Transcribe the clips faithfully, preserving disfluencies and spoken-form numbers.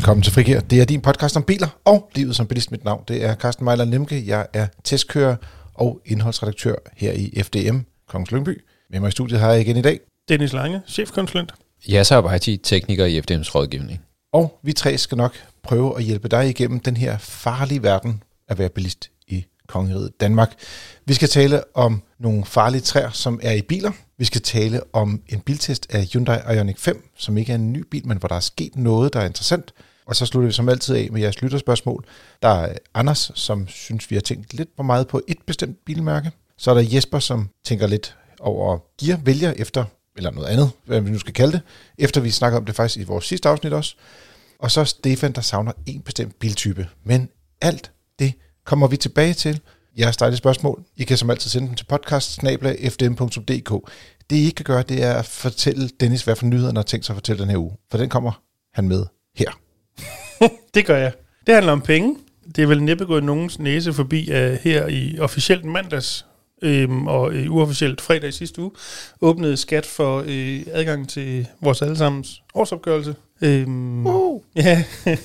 Velkommen til Frigir. Det er din podcast om biler og livet som bilist. Mit navn det er Carsten Mejler Lemke. Jeg er testkører og indholdsredaktør her i F D M, Kongens Lyngby. Med mig i studiet har jeg igen i dag Dennis Lange, chefkonsulent. Jeg er I T-tekniker i F D M's rådgivning. Og vi tre skal nok prøve at hjælpe dig igennem den her farlige verden at være bilist i Kongeriget Danmark. Vi skal tale om nogle farlige træer, som er i biler. Vi skal tale om en biltest af Hyundai Ioniq fem, som ikke er en ny bil, men hvor der er sket noget, der er interessant. Og så slutter vi som altid af med jeres lytterspørgsmål. Der er Anders, som synes, vi har tænkt lidt for meget på et bestemt bilmærke. Så er der Jesper, som tænker lidt over gear, vælger efter, eller noget andet, hvad vi nu skal kalde det, efter vi snakker om det faktisk i vores sidste afsnit også. Og så Stefan, der savner en bestemt biltype. Men alt det kommer vi tilbage til. Jeres dejlige spørgsmål. I kan som altid sende dem til podcast snabel-a f d m punktum d k. Det I ikke kan gøre, det er at fortælle Dennis, hvad for nyhederne har tænkt sig at fortælle den her uge. For den kommer han med her. Det gør jeg. Det handler om penge. Det er vel næppe gået nogens næse forbi uh, her i officielt mandags øhm, og uh, uofficielt fredag i sidste uge. Åbnede skat for uh, adgang til vores allesammens årsopgørelse. Øhm, uh. Ja.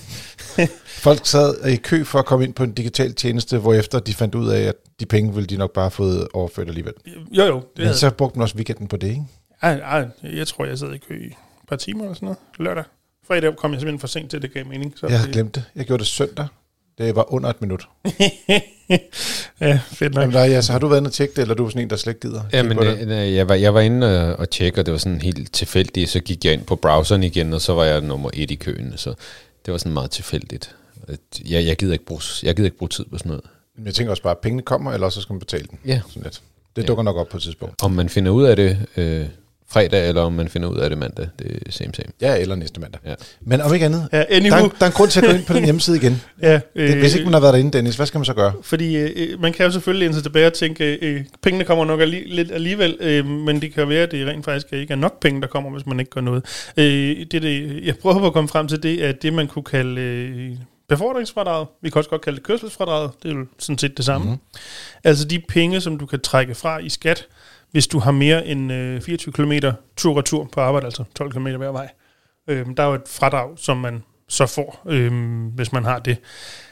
Folk sad i kø for at komme ind på en digital tjeneste, hvorefter de fandt ud af, at de penge ville de nok bare have fået overført alligevel. Jo, jo. Det Men havde... så brugte man også weekenden på det, ikke? Ej, ej, jeg tror, jeg sad i kø i et par timer eller sådan noget. Lørdag. Fredag kom jeg simpelthen for sent til, det gav mening. Så jeg havde det... glemt det. Jeg gjorde det søndag. Det var under et minut. Ja, fedt nok. Jamen, der, ja, så har du været inde og tjekke det, eller du er sådan en, der slet ikke gider? Ja, men øh, jeg, var, jeg var inde og, og tjekke, og det var sådan helt tilfældigt. Så gik jeg ind på browseren igen, og så var jeg nummer et i køen. Så det var sådan meget tilfældigt. Jeg, jeg, gider ikke bruge, jeg gider ikke bruge tid på sådan noget. Men jeg tænker også bare, at pengene kommer, eller så skal man betale den. Ja. Sådan lidt. Det dukker ja. nok op på et tidspunkt. Om man finder ud af det øh, fredag, eller om man finder ud af det mandag, det er same same. Ja, eller næste mandag. Ja. Men om ikke andet, ja, der, er, der er en grund til at gå ind på den hjemmeside igen. Ja, øh, Hvis ikke man har været derinde, Dennis, hvad skal man så gøre? Fordi øh, man kan jo selvfølgelig indtil tilbage og tænke, øh, pengene kommer nok alli- lidt alligevel, øh, men det kan være, at det rent faktisk ikke er nok penge, der kommer, hvis man ikke gør noget. Øh, det, det, jeg prøver at komme frem til, det er det, man kunne kalde... Øh, befordringsfradraget. Vi kan også godt kalde det kørselsfradraget. Det er jo sådan set det samme. Mm-hmm. Altså de penge, som du kan trække fra i skat, hvis du har mere end øh, fireogtyve kilometer tur-retur på arbejde, altså tolv kilometer hver vej. Øhm, der er jo et fradrag, som man så får, øhm, hvis man har det.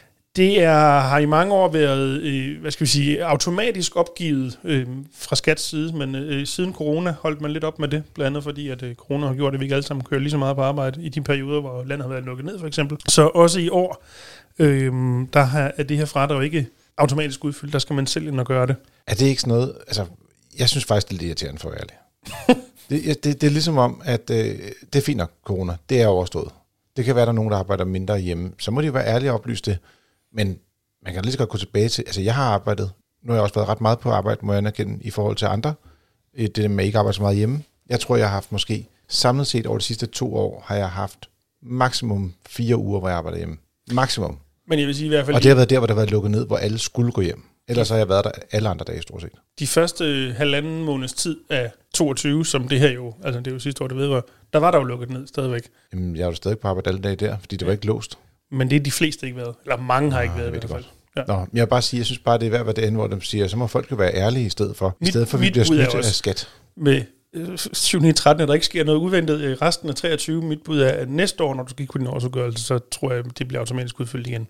Det er, har i mange år været, øh, hvad skal vi sige, automatisk opgivet øh, fra skats side, men øh, siden corona holdt man lidt op med det, blandt andet fordi, at øh, corona har gjort, at vi ikke alle sammen kører lige så meget på arbejde i de perioder, hvor landet har været lukket ned, for eksempel. Så også i år, øh, der har, er det her fradrag ikke automatisk udfyldt, der skal man selv ind og gøre det. Er det ikke sådan noget, altså, jeg synes faktisk, det er lidt irriterende for at være ærlig. det, det, det er ligesom om, at øh, det er fint nok, corona, det er overstået. Det kan være, der er nogen, der arbejder mindre hjemme, så må de jo være ærlige og oplyse det. Men man kan lige så godt gå tilbage til, altså jeg har arbejdet, nu har jeg også været ret meget på arbejde, må jeg anerkende, i forhold til andre, det med ikke arbejde så meget hjemme. Jeg tror, jeg har haft måske, samlet set over de sidste to år, har jeg haft maksimum fire uger, hvor jeg arbejder hjemme. Maksimum. Men jeg vil sige i hvert fald... Og det har været der, hvor der har været lukket ned, hvor alle skulle gå hjem. Ellers har jeg været der alle andre dage, stort set. De første halvanden måneds tid af toogtyve, som det her jo, altså det er jo sidste år, det vedrører, der var der jo lukket ned stadigvæk. Jamen, jeg er jo stadig på arbejde alle dage der, fordi det var ikke låst. Men det er de fleste ikke været. Eller mange har Nå, ikke været i hvert fald. Ja. Nå, jeg vil bare sige, jeg synes bare, det er værd, hvad det ender, hvor de siger, så må folk jo være ærlige i stedet for. I stedet for, at vi bliver snydt af skat. Med øh, syv ni tretten, at der ikke sker noget uventet øh, resten af treogtyve, mit bud er, at næste år, når du skal kigge på din årsudgørelse, så tror jeg, det bliver automatisk udfyldt igen.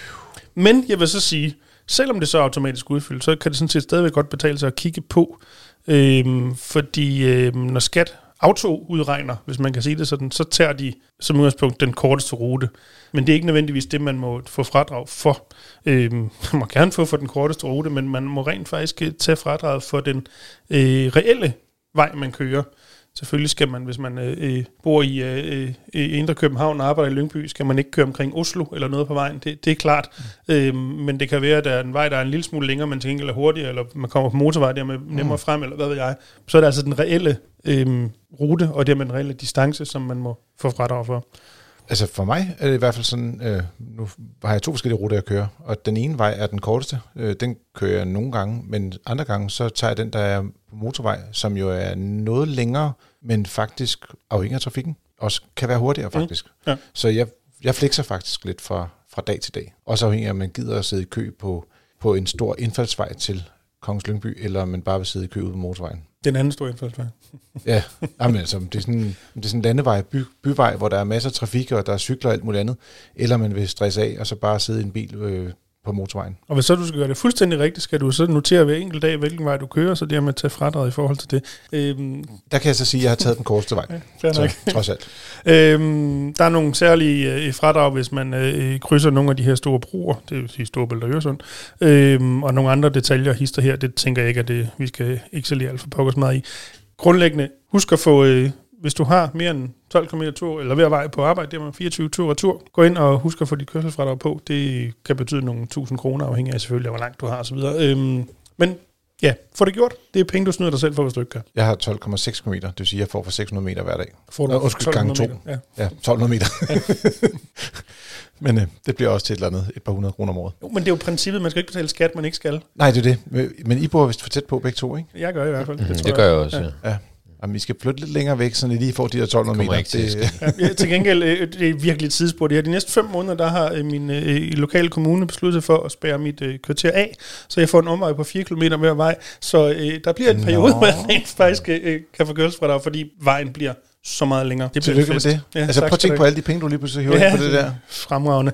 Men jeg vil så sige, selvom det så er automatisk udfyldt, så kan det sådan set stadigvæk godt betale sig at kigge på, øh, fordi øh, når skat auto-udregner, hvis man kan sige det sådan, så tager de som udgangspunkt den korteste rute. Men det er ikke nødvendigvis det, man må få fradrag for. Øh, man må gerne få for den korteste rute, men man må rent faktisk tage fradrag for den øh, reelle vej, man kører. Selvfølgelig skal man, hvis man øh, bor i øh, øh, Indre København og arbejder i Lyngby, skal man ikke køre omkring Oslo eller noget på vejen. Det, det er klart. Mm. Øh, men det kan være, at der er en vej, der er en lille smule længere, men til gengæld er hurtigere, eller man kommer på motorvej der med nemmere mm. frem, eller hvad ved jeg. Så er det altså den reelle øh, rute, og dermed den reelle distance, som man må få fradrag for. Altså for mig er det i hvert fald sådan, øh, nu har jeg to forskellige ruter, jeg kører, og den ene vej er den korteste. Øh, den kører jeg nogle gange, men andre gange, så tager jeg den, der er på motorvej, som jo er noget længere, men faktisk afhængig af trafikken, også kan være hurtigere faktisk. Mm. Ja. Så jeg, jeg flexer faktisk lidt fra, fra dag til dag. Også afhængig af, om man gider at sidde i kø på, på en stor indfaldsvej til Kongens Lyngby, eller om man bare vil sidde i kø ude på motorvejen. Den anden store indfaldsvej. Ja, jamen, altså, det er sådan det er sådan en landevej, by, byvej, hvor der er masser af trafik, og der er cykler og alt muligt andet. Eller man vil stresse af, og så bare sidde i en bil øh, på motorvejen. Og hvis så du skal gøre det fuldstændig rigtigt, skal du så notere hver enkelt dag, hvilken vej du kører, så det er med at tage fradrag i forhold til det. Øhm, Der kan jeg så sige, at jeg har taget den korteste vej. Ja, så, trods alt. øhm, der er nogle særlige øh, fradrag, hvis man øh, krydser nogle af de her store broer, det vil sige Storebælt og Øresund, øhm, og nogle andre detaljer hister her, det tænker jeg ikke, at det, vi skal excellere alt for pokkers meget i. Grundlæggende, husk at få, øh, hvis du har mere end tolv kilometer tur, eller hver vej på arbejde, det er man fireogtyve tur og tur, gå ind og husk at få dit kørselsfradrag på. Det kan betyde nogle tusind kroner, afhængig af selvfølgelig, hvor langt du har osv. Øhm, men ja, få det gjort. Det er penge, du snyder dig selv for, hvis du ikke kan. Jeg har tolv komma seks kilometer, det vil sige, at jeg får for seks hundrede meter hver dag. Får du Nå, undskyld, gange to. Ja. Ja, tolv hundrede meter. Ja. Men øh, det bliver også til et eller andet, et par hundrede kroner om året. Jo, men det er jo princippet, man skal ikke betale skat, man ikke skal. Nej, det er det. Men I bor vist for tæt på begge to, ikke? Jeg gør i hvert fald. Mm, det, det, tror det gør jeg også, ja. Ja. Jamen, I skal flytte lidt længere væk, så I lige får de der tolv hundrede meter. Ikke til, det, ja, til gengæld, det er virkelig et tidsspur. Det her. De næste fem måneder, der har min øh, lokale kommune besluttet for at spærre mit øh, kvarter af, så jeg får en omvej på fire kilometer hver vej. Så øh, der bliver en periode, hvor jeg rent faktisk øh, kan få kørselsfradrag, fordi vejen bliver så meget længere. Det Tillykke med det. Ja, altså prøv at tænke på alle de penge, du lige pludselig hiver ja, ind på det der. Fremragende.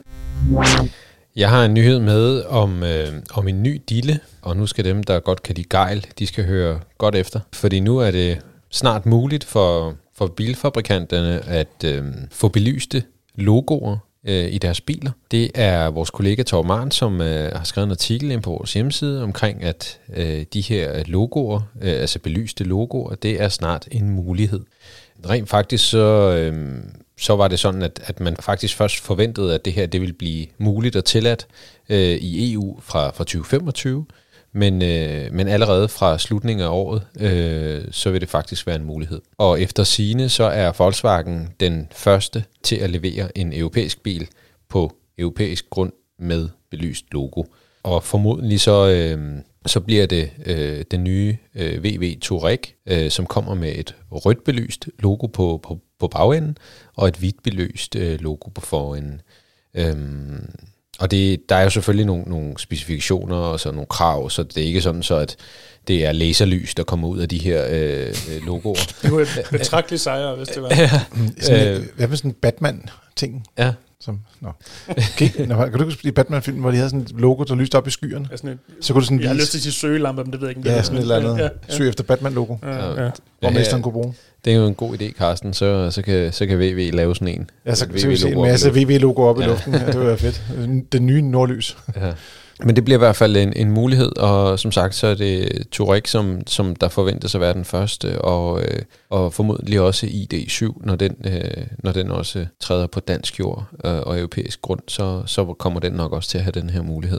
Jeg har en nyhed med om, øh, om en ny dille, og nu skal dem, der godt kan lide gejl, de skal høre godt efter. Fordi nu er det snart muligt for, for bilfabrikanterne at øh, få belyste logoer øh, i deres biler. Det er vores kollega Torben Arn, som øh, har skrevet en artikel ind på vores hjemmeside omkring, at øh, de her logoer, øh, altså belyste logoer, det er snart en mulighed. Rent faktisk så... Øh, så var det sådan, at, at man faktisk først forventede, at det her det ville blive muligt og tilladt øh, i E U fra, fra tyve femogtyve, men, øh, men allerede fra slutningen af året, øh, så vil det faktisk være en mulighed. Og efter sigende, så er Volkswagen den første til at levere en europæisk bil på europæisk grund med belyst logo. Og formodentlig så... Øh, Så bliver det øh, den nye øh, V W Touareg, øh, som kommer med et rødt belyst logo på, på, på bagenden, og et hvidt belyst øh, logo på forenden. Øhm, og det, der er jo selvfølgelig nogle, nogle specifikationer og så nogle krav, så det er ikke sådan, så at det er laserlys, der kommer ud af de her øh, logoer. Det var et betragteligt sejr, hvis det var. Sådan, øh, hvad med sådan en Batman-ting? Ja. Som, nå. Okay, nå, kan du huske i Batman-filmen, hvor de havde sådan et logo, der lyste op i skyerne? Ja, et, så kunne du sådan jeg vise, har lyst til at sige søgelamper, men det ved jeg ikke. Ja, det sådan et eller andet. Ja, ja. Søg efter Batman-logo. Ja, ja. Hvor mesteren kunne bruge. Det er jo en god idé, Carsten. Så, så, kan, så kan V W lave sådan en. Ja, så kan vi se en masse V W-logoer op i luften. Ja, det vil være fedt. Den nye nordlys. Ja. Men det bliver i hvert fald en, en mulighed, og som sagt, så er det Touareg, som, som der forventes at være den første, og, øh, og formodentlig også I D syv, når den, øh, når den også træder på dansk jord øh, og europæisk grund, så, så kommer den nok også til at have den her mulighed.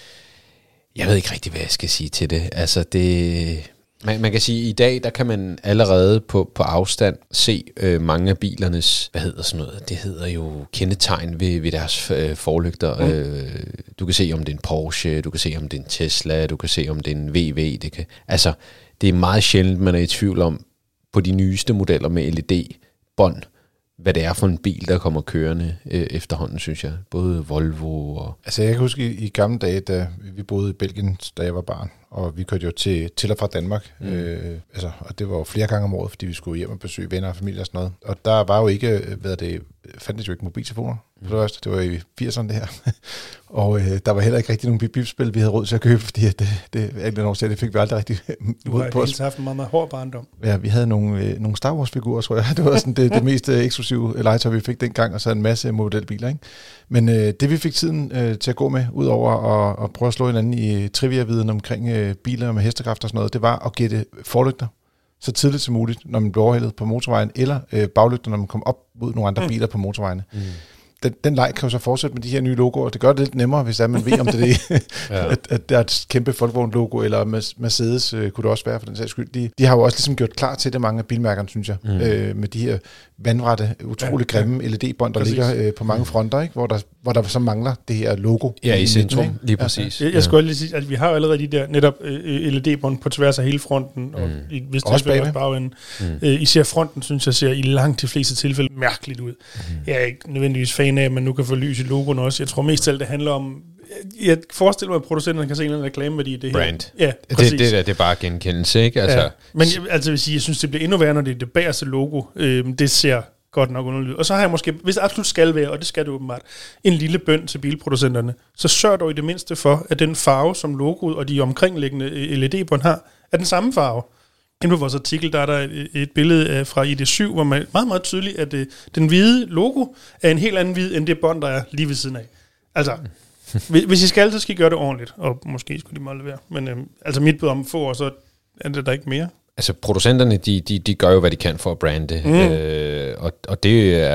Jeg ved ikke rigtig, hvad jeg skal sige til det. Altså det... Man, man kan sige, at i dag, der kan man allerede på, på afstand se øh, mange af bilernes, hvad hedder sådan noget, det hedder jo kendetegn ved, ved deres øh, forlygter. Mm. Øh, du kan se, om det er en Porsche, du kan se, om det er en Tesla, du kan se, om det er en V W. Det kan, altså, det er meget sjældent, man er i tvivl om, på de nyeste modeller med L E D-bånd, hvad det er for en bil, der kommer kørende øh, efterhånden, synes jeg. Både Volvo og... Altså, jeg kan huske i, i gamle dage, da vi boede i Belgien, da jeg var barn, og vi kørte jo til, til og fra Danmark, mm. øh, altså, og det var jo flere gange om året, fordi vi skulle hjem og besøge venner og familie og sådan noget. Og der var jo ikke, hvad det, fandtes jo ikke mobiltelefoner. Mm. Det, var, det var i firserne det her. Og øh, der var heller ikke rigtig nogen bip-bip-spil, vi havde råd til at købe, fordi det, det, det, det, det fik vi aldrig rigtig ud på os. Du har haft en meget, meget hård barndom. Ja, vi havde nogle, øh, nogle Star Wars-figurer, tror jeg. Det var sådan det, det mest øh, eksklusive legetøj, vi fik dengang, og så en masse modelbiler, ikke? Men øh, det vi fik tiden øh, til at gå med, udover at, at prøve at slå hinanden i trivia-viden omkring øh, biler med hestekraft og sådan noget, det var at gætte forlygter så tidligt som muligt, når man blev overhældet på motorvejen, eller øh, baglygter, når man kom op mod nogle andre mm. biler på motorvejene. Mm. Den, den leg kan jo så fortsætte med de her nye logoer. Det gør det lidt nemmere, hvis der man ved, om det er det, ja. at, at der er et kæmpe Volkswagen-logo, eller Mercedes øh, kunne det også være for den sags skyld. De, de har jo også ligesom gjort klar til det, mange af bilmærkerne, synes jeg, mm. øh, med de her vandrette, utrolig ja, grimme ja. L E D-bånd, der præcis. ligger øh, på mange fronter, ikke? Hvor, der, hvor der så mangler det her logo. Ja, i centrum, lige præcis. Ja. Jeg, jeg skulle lige sige, at vi har jo allerede de der netop øh, L E D-bånd på tværs af hele fronten, mm. og i vist også tilfælde bagenden. Mm. Øh, især fronten, synes jeg, ser i langt de fleste tilfælde mærkeligt ud. Mm. Jeg er ikke nødvendigvis fan af, at man nu kan få lys i logoen også. Jeg tror mest af alt, det handler om jeg forestiller mig, at producenterne kan se en eller anden reklameværdi i det Brand. her. Ja, det, det, det, der, det er bare genkendelse, ikke? Altså, ja. Men jeg, altså, jeg vil sige, jeg synes, det bliver endnu værre, når det er det bagerste logo. Øhm, det ser godt nok underligt. Og så har jeg måske, hvis det absolut skal være, og det skal det åbenbart, en lille bøn til bilproducenterne, så sørg dog i det mindste for, at den farve, som logoet og de omkringliggende L E D-bånd har, er den samme farve. Inden på vores artikel, der er der et, et billede fra I D syv, hvor man meget, meget tydeligt, at det, den hvide logo er en helt anden hvid, end det bånd, der er lige ved siden af. Altså, hvis I skal, så skal I gøre det ordentligt, og måske skulle de meget levere. Men øhm, altså mit bud om få år, så er det der ikke mere. Altså producenterne, de, de, de gør jo, hvad de kan for at brande, mm. øh, og, og det er...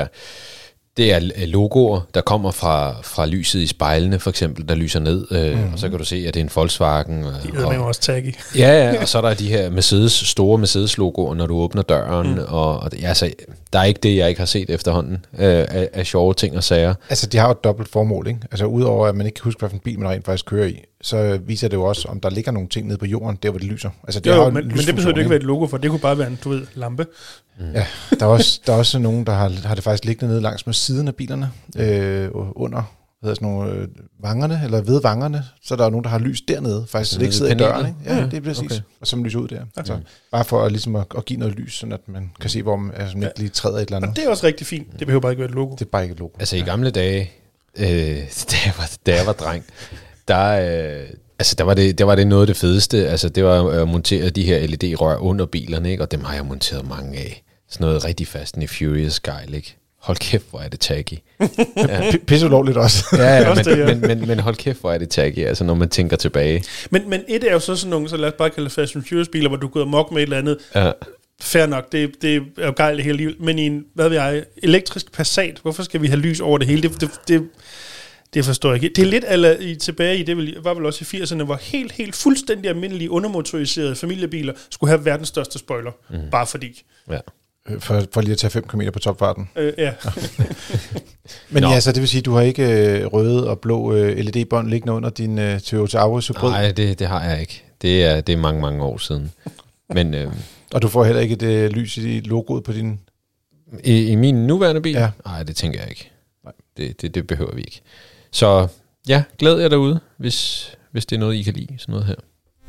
Det er logoer, der kommer fra, fra lyset i spejlene, for eksempel, der lyser ned, øh, mm. og så kan du se, at det er en Volkswagen. Og, de hedder også taggy. Ja, ja, og så er der de her Mercedes, store Mercedes-logoer, når du åbner døren, mm. og, og altså, der er ikke det, jeg ikke har set efterhånden øh, af, af sjove ting og sager. Altså, de har jo et dobbelt formål, ikke? Altså, udover at man ikke kan huske, hvilken bil man rent faktisk kører i, så viser det jo også, om der ligger nogle ting nede på jorden, der hvor det lyser. Altså, det jo, har men, men det betyder det ikke være et logo, for det kunne bare være en, du ved, lampe. Mm. Ja, der er, også, der er også nogen, der har, har det faktisk liggende nede langs med siden af bilerne, øh, under hvad hedder sådan nogle, øh, vangerne, eller ved vangerne, så der er nogen, der har lys dernede, faktisk, så det ikke sidder i døren. Ikke? Ja, ja, det er præcis. Okay. Og så lyser ud der. Altså, okay. Bare for at, ligesom at, at give noget lys, sådan at man kan se, hvor man, altså, man ja. ikke lige træder et eller andet. Og det er også rigtig fint. Det behøver bare ikke være et logo. Det er bare ikke et logo. Altså i gamle dage, øh, da, jeg var, da jeg var dreng, der... Øh, Altså, der var, det, der var det noget af det fedeste. Altså, det var at montere de her L E D-rør under bilerne, ikke? Og dem har jeg monteret mange af. Sådan noget rigtig Fast and Furious style, ikke? Hold kæft, hvor er det taggy. Ja. Pisse ulovligt også. Ja, ja, men, men, men, men hold kæft, hvor er det taggy, altså når man tænker tilbage. Men, men et er jo så sådan nogle, så lad os bare kalde det Fast and Furious-biler, hvor du går amok med et eller andet. Ja. Fair nok, det, det er jo gejligt hele livet. Men i en, hvad ved jeg, elektrisk Passat, hvorfor skal vi have lys over det hele? Det, det, det Det forstår jeg ikke. Det er lidt eller i tilbage i, det var vel også i firserne, hvor helt, helt fuldstændig almindelige, undermotoriserede familiebiler skulle have verdens største spoiler. Mm. Bare fordi. Ja. For, for lige at tage fem kilometer på topfarten. Øh, ja. Men ja, så det vil sige, at du har ikke øh, røde og blå øh, L E D-bånd liggende under din øh, Toyota Auris Hybrid? Nej, det, det har jeg ikke. Det er, det er mange, mange år siden. Men, øh, og du får heller ikke det øh, lys i logoet på din... I, i min nuværende bil? Ja. Nej, det tænker jeg ikke. Nej. Det, det, det behøver vi ikke. Så ja, glæd jer derude, hvis, hvis det er noget, I kan lide, sådan noget her.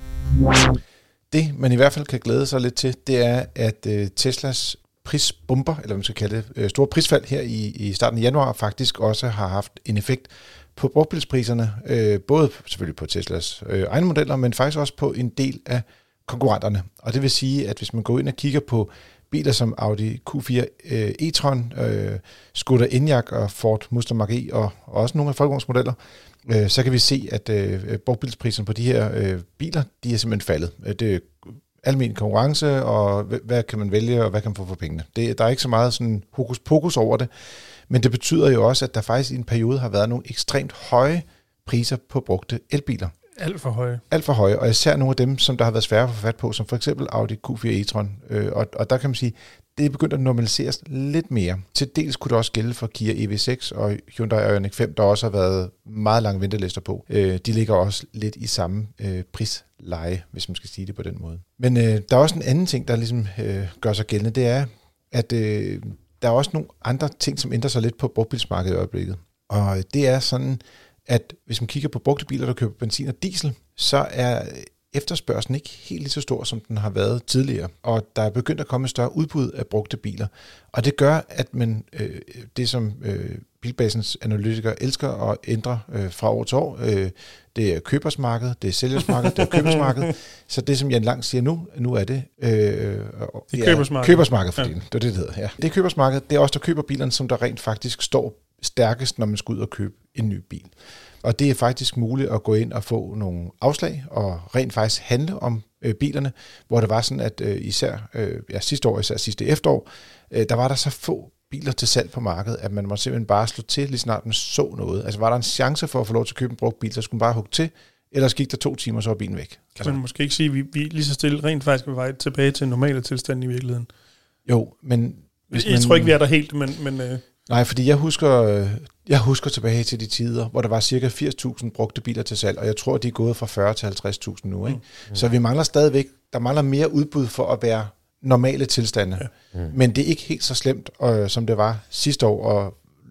Det, man i hvert fald kan glæde sig lidt til, det er, at uh, Teslas prisbomber, eller hvad man skal kalde det, uh, store prisfald her i, i starten af januar, faktisk også har haft en effekt på brugtbilspriserne, uh, både selvfølgelig på Teslas uh, egne modeller, men faktisk også på en del af konkurrenterne. Og det vil sige, at hvis man går ind og kigger på biler som Audi Q fire øh, e-tron, øh, Skoda Enyaq og Ford Mustang Mach-E og, og også nogle af folkevognsmodeller, øh, så kan vi se, at øh, brugtbilspriserne på de her øh, biler, de er simpelthen faldet. Det er almen konkurrence, og hvad kan man vælge, og hvad kan man få for pengene. Det, der er ikke så meget sådan hokus pokus over det, men det betyder jo også, at der faktisk i en periode har været nogle ekstremt høje priser på brugte elbiler. Alt for høje. Alt for høje, og især nogle af dem, som der har været svære at få fat på, som for eksempel Audi Q fire e-tron. Øh, og, og der kan man sige, det er begyndt at normaliseres lidt mere. Til dels kunne det også gælde for Kia E V seks og Hyundai Ioniq fem, der også har været meget lange ventelister på. Øh, de ligger også lidt i samme øh, prisleje, hvis man skal sige det på den måde. Men øh, der er også en anden ting, der ligesom øh, gør sig gældende, det er, at øh, der er også nogle andre ting, som ændrer sig lidt på brugtbilsmarkedet i øjeblikket. Og det er sådan, at hvis man kigger på brugte biler, der køber benzin og diesel, så er efterspørgselen ikke helt lige så stor, som den har været tidligere. Og der er begyndt at komme et større udbud af brugte biler. Og det gør, at man, øh, det som øh, Bilbasens analytikere elsker at ændre øh, fra år til år, øh, det er købersmarkedet, det er sælgersmarkedet, det er købersmarkedet. Så det, som Jan Lang siger nu, nu er det... Øh, det er købersmarkedet. Købersmarkedet for ja. Det er det, det hedder. Ja. Det er købersmarkedet. Det er også der køber bilerne, som der rent faktisk står stærkest, når man skal ud og købe en ny bil. Og det er faktisk muligt at gå ind og få nogle afslag og rent faktisk handle om øh, bilerne, hvor det var sådan, at øh, især øh, ja, sidste år, især sidste efterår, øh, der var der så få biler til salg på markedet, at man måtte simpelthen bare slå til, lige snart man så noget. Altså var der en chance for at få lov til at købe en brugt bil, så skulle man bare hugge til, ellers gik der to timer, så var bilen væk. Kan altså, man måske ikke sige, at vi, vi lige så stille rent faktisk er vej tilbage til en normale tilstand i virkeligheden? Jo, men... Hvis jeg man, tror ikke, vi er der helt, men... men øh Nej, fordi jeg husker, jeg husker tilbage til de tider, hvor der var cirka firs tusind brugte biler til salg, og jeg tror, de er gået fra fyrre til halvtreds tusind nu. Ikke? Mm. Så vi mangler stadigvæk, der mangler mere udbud for at være normale tilstande. Ja. Mm. Men det er ikke helt så slemt, øh, som det var sidste år, og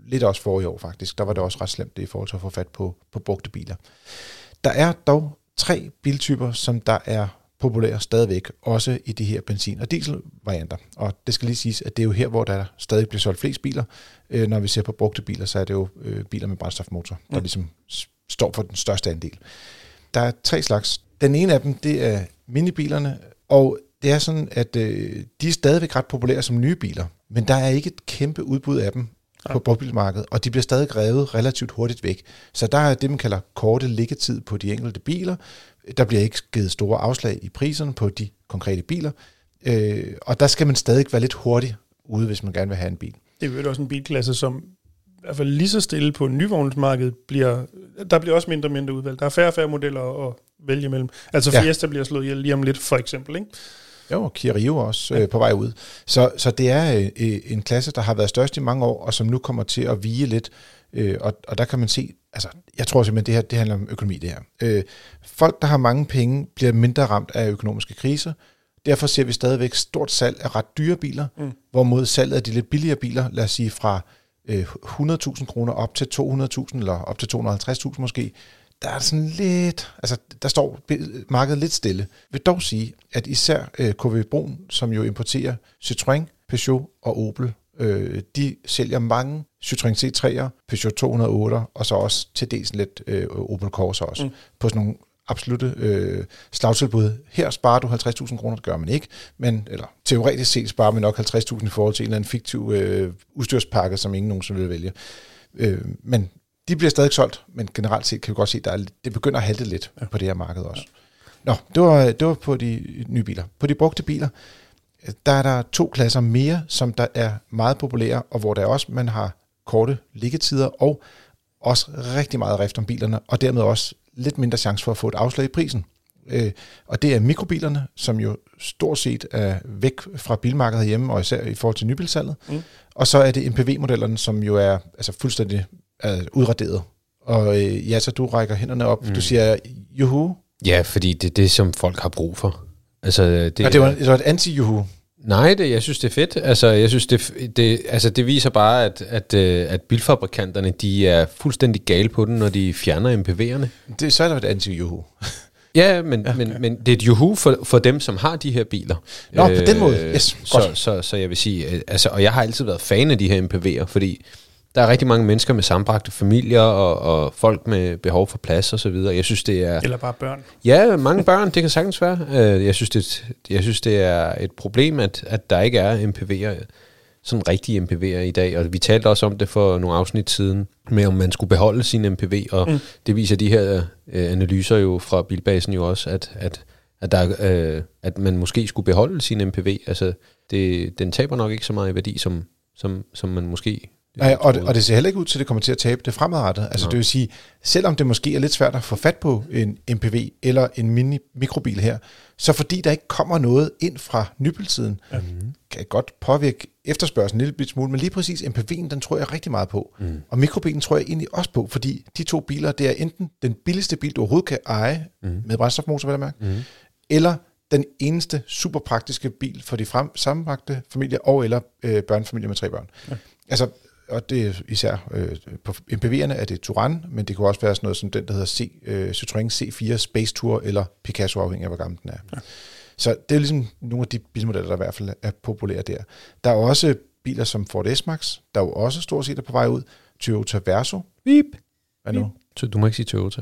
lidt også for i år faktisk. Der var det også ret slemt det i forhold til at få fat på, på brugte biler. Der er dog tre biltyper, som der er populære stadigvæk, også i de her benzin- og dieselvarianter. Og det skal lige siges, at det er jo her, hvor der stadig bliver solgt flest biler. Øh, når vi ser på brugte biler, så er det jo øh, biler med brændstofmotor, der mm. ligesom står for den største andel. Der er tre slags. Den ene af dem, det er minibilerne, og det er sådan, at øh, de er stadigvæk ret populære som nye biler, men der er ikke et kæmpe udbud af dem på brugtbilsmarkedet, og de bliver stadig revet relativt hurtigt væk. Så der er det, man kalder korte liggetid på de enkelte biler. Der bliver ikke givet store afslag i priserne på de konkrete biler, øh, og der skal man stadig være lidt hurtig ude, hvis man gerne vil have en bil. Det er jo også en bilklasse, som i hvert fald lige så stille på nyvognsmarkedet bliver, der bliver også mindre og mindre udvalg. Der er færre og færre modeller at vælge imellem. Altså Fiesta ja. bliver slået ihjel lige om lidt, for eksempel, ikke? Jo, Kia Rio også øh, på vej ud. Så, så det er øh, en klasse, der har været størst i mange år, og som nu kommer til at vige lidt. Øh, og, og der kan man se, altså jeg tror simpelthen, det her det handler om økonomi, det her. Øh, folk, der har mange penge, bliver mindre ramt af økonomiske kriser. Derfor ser vi stadigvæk stort salg af ret dyre biler, mm. hvorimod salget af de lidt billigere biler, lad os sige fra øh, hundrede tusind kroner op til to hundrede tusind, eller op til to hundrede og halvtreds tusind måske, der er sådan lidt, altså der står markedet lidt stille. Jeg vil dog sige, at især øh, K V Brun, som jo importerer Citroën, Peugeot og Opel, øh, de sælger mange Citroën C tre'er, Peugeot to hundrede og otte, og så også til dels lidt øh, Opel Corsa også, mm. på sådan nogle absolutte øh, slagtilbud. Her sparer du halvtreds tusind kroner, det gør man ikke, men, eller teoretisk set sparer man nok halvtreds tusind i forhold til en eller anden fiktiv øh, udstyrspakke, som ingen nogensinde vil vælge. Øh, men de bliver stadig solgt, men generelt set kan vi godt se, at der er, det begynder at halte lidt ja. på det her marked også. Ja. Nå, det var, det var på de nye biler. På de brugte biler, der er der to klasser mere, som der er meget populære, og hvor der også man har korte liggetider, og også rigtig meget rift om bilerne, og dermed også lidt mindre chance for at få et afslag i prisen. Øh, og det er mikrobilerne, som jo stort set er væk fra bilmarkedet hjemme, og især i forhold til nybilsalget. Mm. Og så er det M P V-modellerne, som jo er altså fuldstændig er udraderet. Og øh, ja, så du rækker hænderne op. Mm. Du siger, juhu. Ja, fordi det er det, som folk har brug for. Altså, det, og det var, det var et anti-juhu. Nej, det, jeg synes, det er fedt. Altså, jeg synes, det, det, altså, det viser bare, at, at, at bilfabrikanterne, de er fuldstændig gale på den, når de fjerner M P V'erne. Det, så er der et anti-juhu. Ja, men, ja, men, men det er et juhu for, for dem, som har de her biler. Nå, øh, på den måde. Yes, så, så, så jeg vil sige, altså, og jeg har altid været fan af de her M P V'er, fordi der er rigtig mange mennesker med sammenbragte familier, og, og folk med behov for plads og så videre. Jeg synes, det er... Eller bare børn. Ja, mange børn, det kan sagtens være. Jeg synes, det, jeg synes, det er et problem, at, at der ikke er M P V'er, sådan rigtige M P V'er i dag. Og vi talte også om det for nogle afsnit siden, med om man skulle beholde sin M P V, og mm. det viser de her øh, analyser jo fra Bilbasen jo også, at, at, at, der, øh, at man måske skulle beholde sin M P V. Altså, det, den taber nok ikke så meget i værdi, som, som, som man måske... Nej, og det, og det ser heller ikke ud til, at det kommer til at tabe det fremadrettet. Altså, ja. Det vil sige, selvom det måske er lidt svært at få fat på en M P V eller en mini-mikrobil her, så fordi der ikke kommer noget ind fra nybilsiden, mm. kan godt påvirke efterspørgselen en lille smule, men lige præcis M P V'en, den tror jeg rigtig meget på. Mm. Og mikrobilen tror jeg egentlig også på, fordi de to biler, det er enten den billigste bil, du overhovedet kan eje mm. med brændstofmotor, vil jeg mærke, mm. eller den eneste super praktiske bil for de frem, sammenbragte familier og eller øh, børnefamilier med tre børn. Ja. Altså, og det er især øh, på M P V'erne er det Touran, men det kunne også være sådan noget som den, der hedder C, øh, Citroën C fire Space Tour eller Picasso, afhængig af hvor gammel den er. Ja. Så det er ligesom nogle af de bilmodeller, der i hvert fald er populære der. Der er også biler som Ford S-Max, der er jo også stort set er på vej ud. Toyota Verso. Beep. Hvad nu? Du må ikke sige Toyota.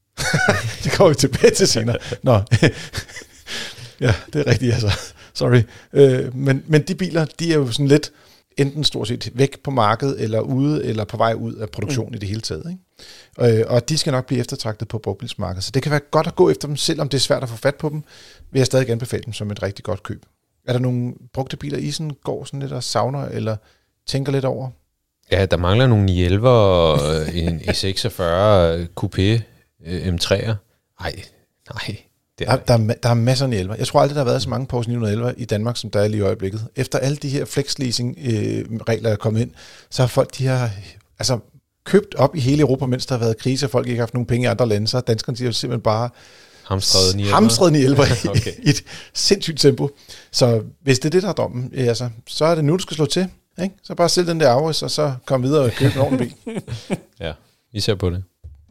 Det kommer vi tilbage til senere. Nå. Ja, det er rigtigt, altså. Sorry. Øh, men, men de biler, de er jo sådan lidt enten stort set væk på markedet, eller ude, eller på vej ud af produktionen mm. i det hele taget. Ikke? Og, og de skal nok blive eftertragtet på brugtbilsmarkedet. Så det kan være godt at gå efter dem, selvom det er svært at få fat på dem, vil jeg stadig anbefale dem som et rigtig godt køb. Er der nogle brugte biler, I sådan går sådan lidt og savner, eller tænker lidt over? Ja, der mangler nogle ni elleve og en E seksogfyrre Coupé M tre'er. Nej, nej. Der, der, er, der er masser af ni elleve. Jeg tror aldrig, der har været så mange Porsche ni elleve i Danmark, som der er lige i øjeblikket. Efter alle de her flex-leasing-regler er kommet ind, så har folk de har altså, købt op i hele Europa, mens der har været krise, og folk ikke har haft nogen penge i andre lande, så danskerne de har simpelthen bare hamstret ni elleve, hamstret ni elleve okay. i et sindssygt tempo. Så hvis det er det, der er dommen, altså, så er det nu, du skal slå til. Ikke? Så bare sælg den der Auris, og så kom videre og købe en ordentlig bil. Ja, vi ser på det.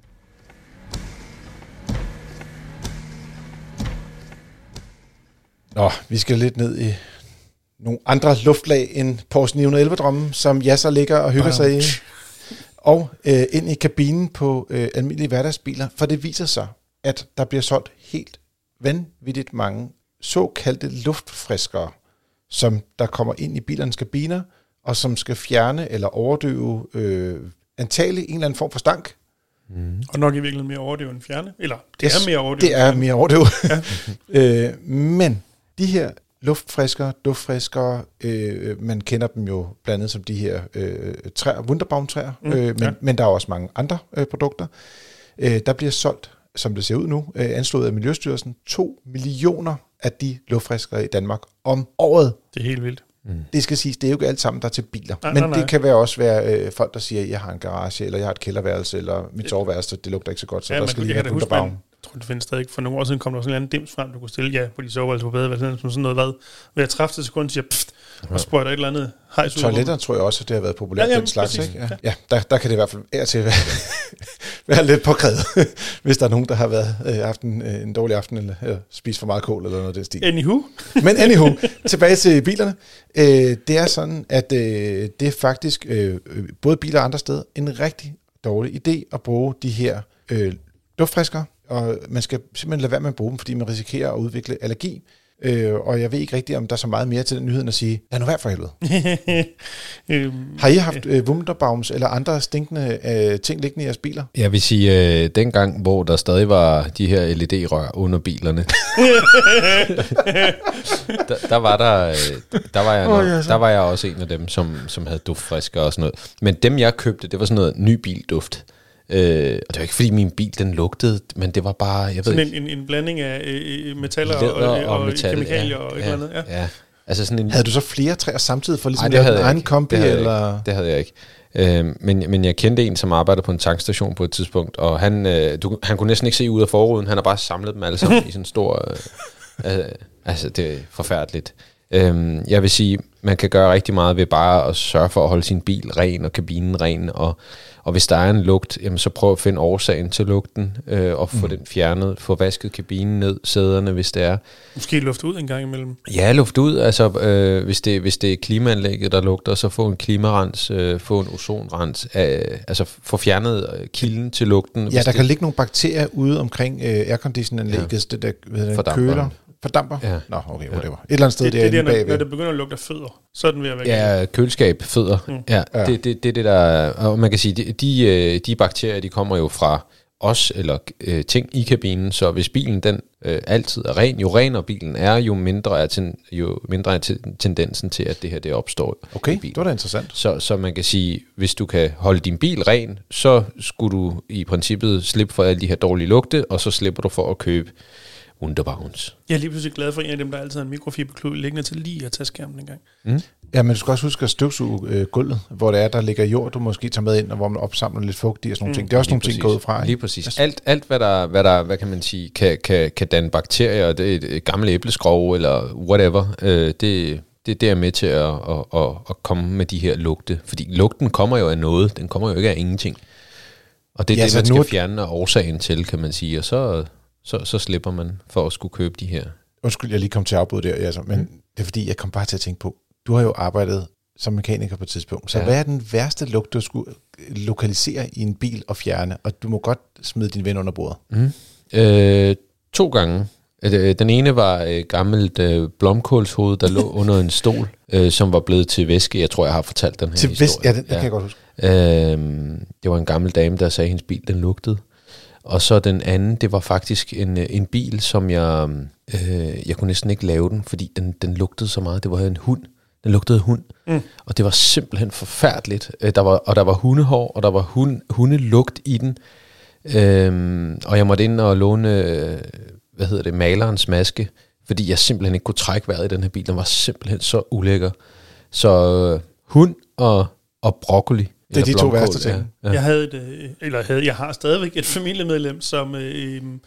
Nå, vi skal lidt ned i nogle andre luftlag end Porsche ni elleve drømme, som Yasser ligger og hygger sig i. Og øh, ind i kabinen på øh, almindelige hverdagsbiler, for det viser sig, at der bliver solgt helt vanvittigt mange såkaldte luftfriskere, som der kommer ind i bilernes kabiner, og som skal fjerne eller overdøve øh, antagelig en eller anden form for stank. Mm. Og nok i virkeligheden mere overdøve end fjerne. Eller det yes, er mere overdøve. Det er mere overdøve. Ja. øh, men de her luftfriskere, duftfriskere, øh, man kender dem jo blandt andet som de her øh, træer, Wunderbaum-træer, mm, øh, men, ja. men der er også mange andre øh, produkter. Øh, der bliver solgt, som det ser ud nu, øh, anslået af Miljøstyrelsen, to millioner af de luftfriskere i Danmark om året. Det er helt vildt. Mm. Det skal siges, det er jo ikke alt sammen, der er til biler. Nej, men nej, nej. det kan være også være øh, folk, der siger, at jeg har en garage, eller jeg har et kælderværelse, eller mit soveværelse, det lugter ikke så godt, så ja, der skal lige have Wunderbaum. Jeg tror, det findes stadig. For nogle år siden kom der sådan en anden dims frem, du kunne stille, ja, på de soveværelser på badeværelset, som sådan noget, hvad, ved at træffe til sekund, siger, pft, og sprøjter et eller andet hejs ud. Toiletter tror jeg også, at det har været populært, ja, ja, den slags, præcis, ikke? Ja, ja der, der kan det i hvert fald af til være, være lidt påkrævet, hvis der er nogen, der har været øh, haft en, en dårlig aften, eller øh, spist for meget kål, eller noget af den stil. Anywho. Men anywho, tilbage til bilerne. Øh, det er sådan, at øh, det er faktisk, øh, både biler og andre steder, en rigtig dårlig idé at bruge de her øh, luftfriskere, og man skal simpelthen lade være med at bruge dem, fordi man risikerer at udvikle allergi. Øh, og jeg ved ikke rigtigt, om der er så meget mere til den nyhed, at sige, lad nu være for helvede. Har I haft øh, Wunderbaums eller andre stinkende øh, ting liggende i jeres biler? Jeg vil sige, øh, dengang, hvor der stadig var de her L E D-rør under bilerne, der, der, var der, øh, der, var jeg, oh, nok, der var jeg også en af dem, som, som havde duftfrisker og sådan noget. Men dem, jeg købte, det var sådan noget ny bilduft. Øh, og det var ikke fordi min bil den lugtede, men det var bare, jeg ved sådan ikke, en, en, en blanding af øh, metaller og, og, og metal, kemikalier ja, og et ja, eller andet. Ja. Ja. Altså sådan en, havde du så flere træer samtidig for ligesom ej, det havde en egen kombi? Det havde, eller? det havde jeg ikke. Øh, men, men jeg kendte en, som arbejder på en tankstation på et tidspunkt, og han, øh, du, han kunne næsten ikke se ud af forruden. Han har bare samlet dem alle sammen i sådan en stor, øh, øh, altså det er forfærdeligt. Øh, jeg vil sige, man kan gøre rigtig meget ved bare at sørge for at holde sin bil ren og kabinen ren, og Og hvis der er en lugt, jamen så prøv at finde årsagen til lugten, øh, og få mm. den fjernet, få vasket kabinen ned, sæderne, hvis det er. Måske luft ud en gang imellem. Ja, luft ud. Altså, øh, hvis, det, hvis det er klimaanlægget, der lugter, så få en klimarens, øh, få en ozonrens, øh, altså få fjernet øh, kilden til lugten. Ja, der det, kan ligge nogle bakterier ude omkring øh, airconditionanlægget, ja. det der hvad køler. Fordamper? Ja. Nå, okay, whatever. Et eller andet sted det, derinde det, det, bagved. Når det begynder at lugte af fødder, så er den ved at være Ja, køleskab, fødder. Mm. Ja, ja. Det, det, det er det, der... Og man kan sige, de, de, de bakterier, de kommer jo fra os, eller øh, ting i kabinen, så hvis bilen den øh, altid er ren, jo renere bilen er, jo mindre er, ten, jo mindre er ten, tendensen til, at det her det opstår okay, i bilen. Det var da interessant. Så, så man kan sige, hvis du kan holde din bil ren, så skulle du i princippet slippe for alle de her dårlige lugte, og så slipper du for at købe Wunderbaums. Jeg er lige pludselig glad for en af dem, der altid har en mikrofiberklud liggende til lige at tage skærmen en gang. Mm. Ja, men du skal også huske at støvsuge øh, gulvet, hvor det er, der ligger jord, du måske tager med ind, og hvor man opsamler lidt fugt i og sådan nogle mm. ting. Det er også lige nogle præcis. ting gået fra. Lige præcis. Alt, alt hvad, der, hvad der, hvad kan man sige, kan, kan, kan danne bakterier, det er et, et gammelt æbleskrog eller whatever, øh, det, det, det er med til at, at, at, at komme med de her lugte. Fordi lugten kommer jo af noget, den kommer jo ikke af ingenting. Og det er ja, det, man skal nu... fjerne årsagen til, kan man sige, og så... Så, så slipper man for at skulle købe de her. Undskyld, jeg lige kom til at afbryde der, altså, men mm. det er fordi, jeg kom bare til at tænke på, du har jo arbejdet som mekaniker på et tidspunkt, så ja. hvad er den værste lugt, du skulle lokalisere i en bil og fjerne, og du må godt smide din ven under bordet? Mm. Øh, to gange. Den ene var et gammelt øh, blomkålshoved, der lå under en stol, øh, som var blevet til væske. Jeg tror, jeg har fortalt den her til historie. Væske? Ja, det, det ja. kan jeg godt huske. Øh, det var en gammel dame, der sagde, at hendes bil den lugtede. Og så den anden, det var faktisk en, en bil, som jeg, øh, jeg kunne næsten ikke lave den, fordi den, den lugtede så meget. Det var en hund. Den lugtede hund. Mm. Og det var simpelthen forfærdeligt. Der var, og der var hundehår, og der var hund, hundelugt i den. Øhm, og jeg måtte ind og låne, hvad hedder det, malerens maske, fordi jeg simpelthen ikke kunne trække vejret i den her bil. Den var simpelthen så ulækker. Så øh, hund og, og broccoli. Det er de to værste ting. Ja. Ja. Jeg havde et, eller havde, jeg har stadigvæk et familiemedlem, som øh,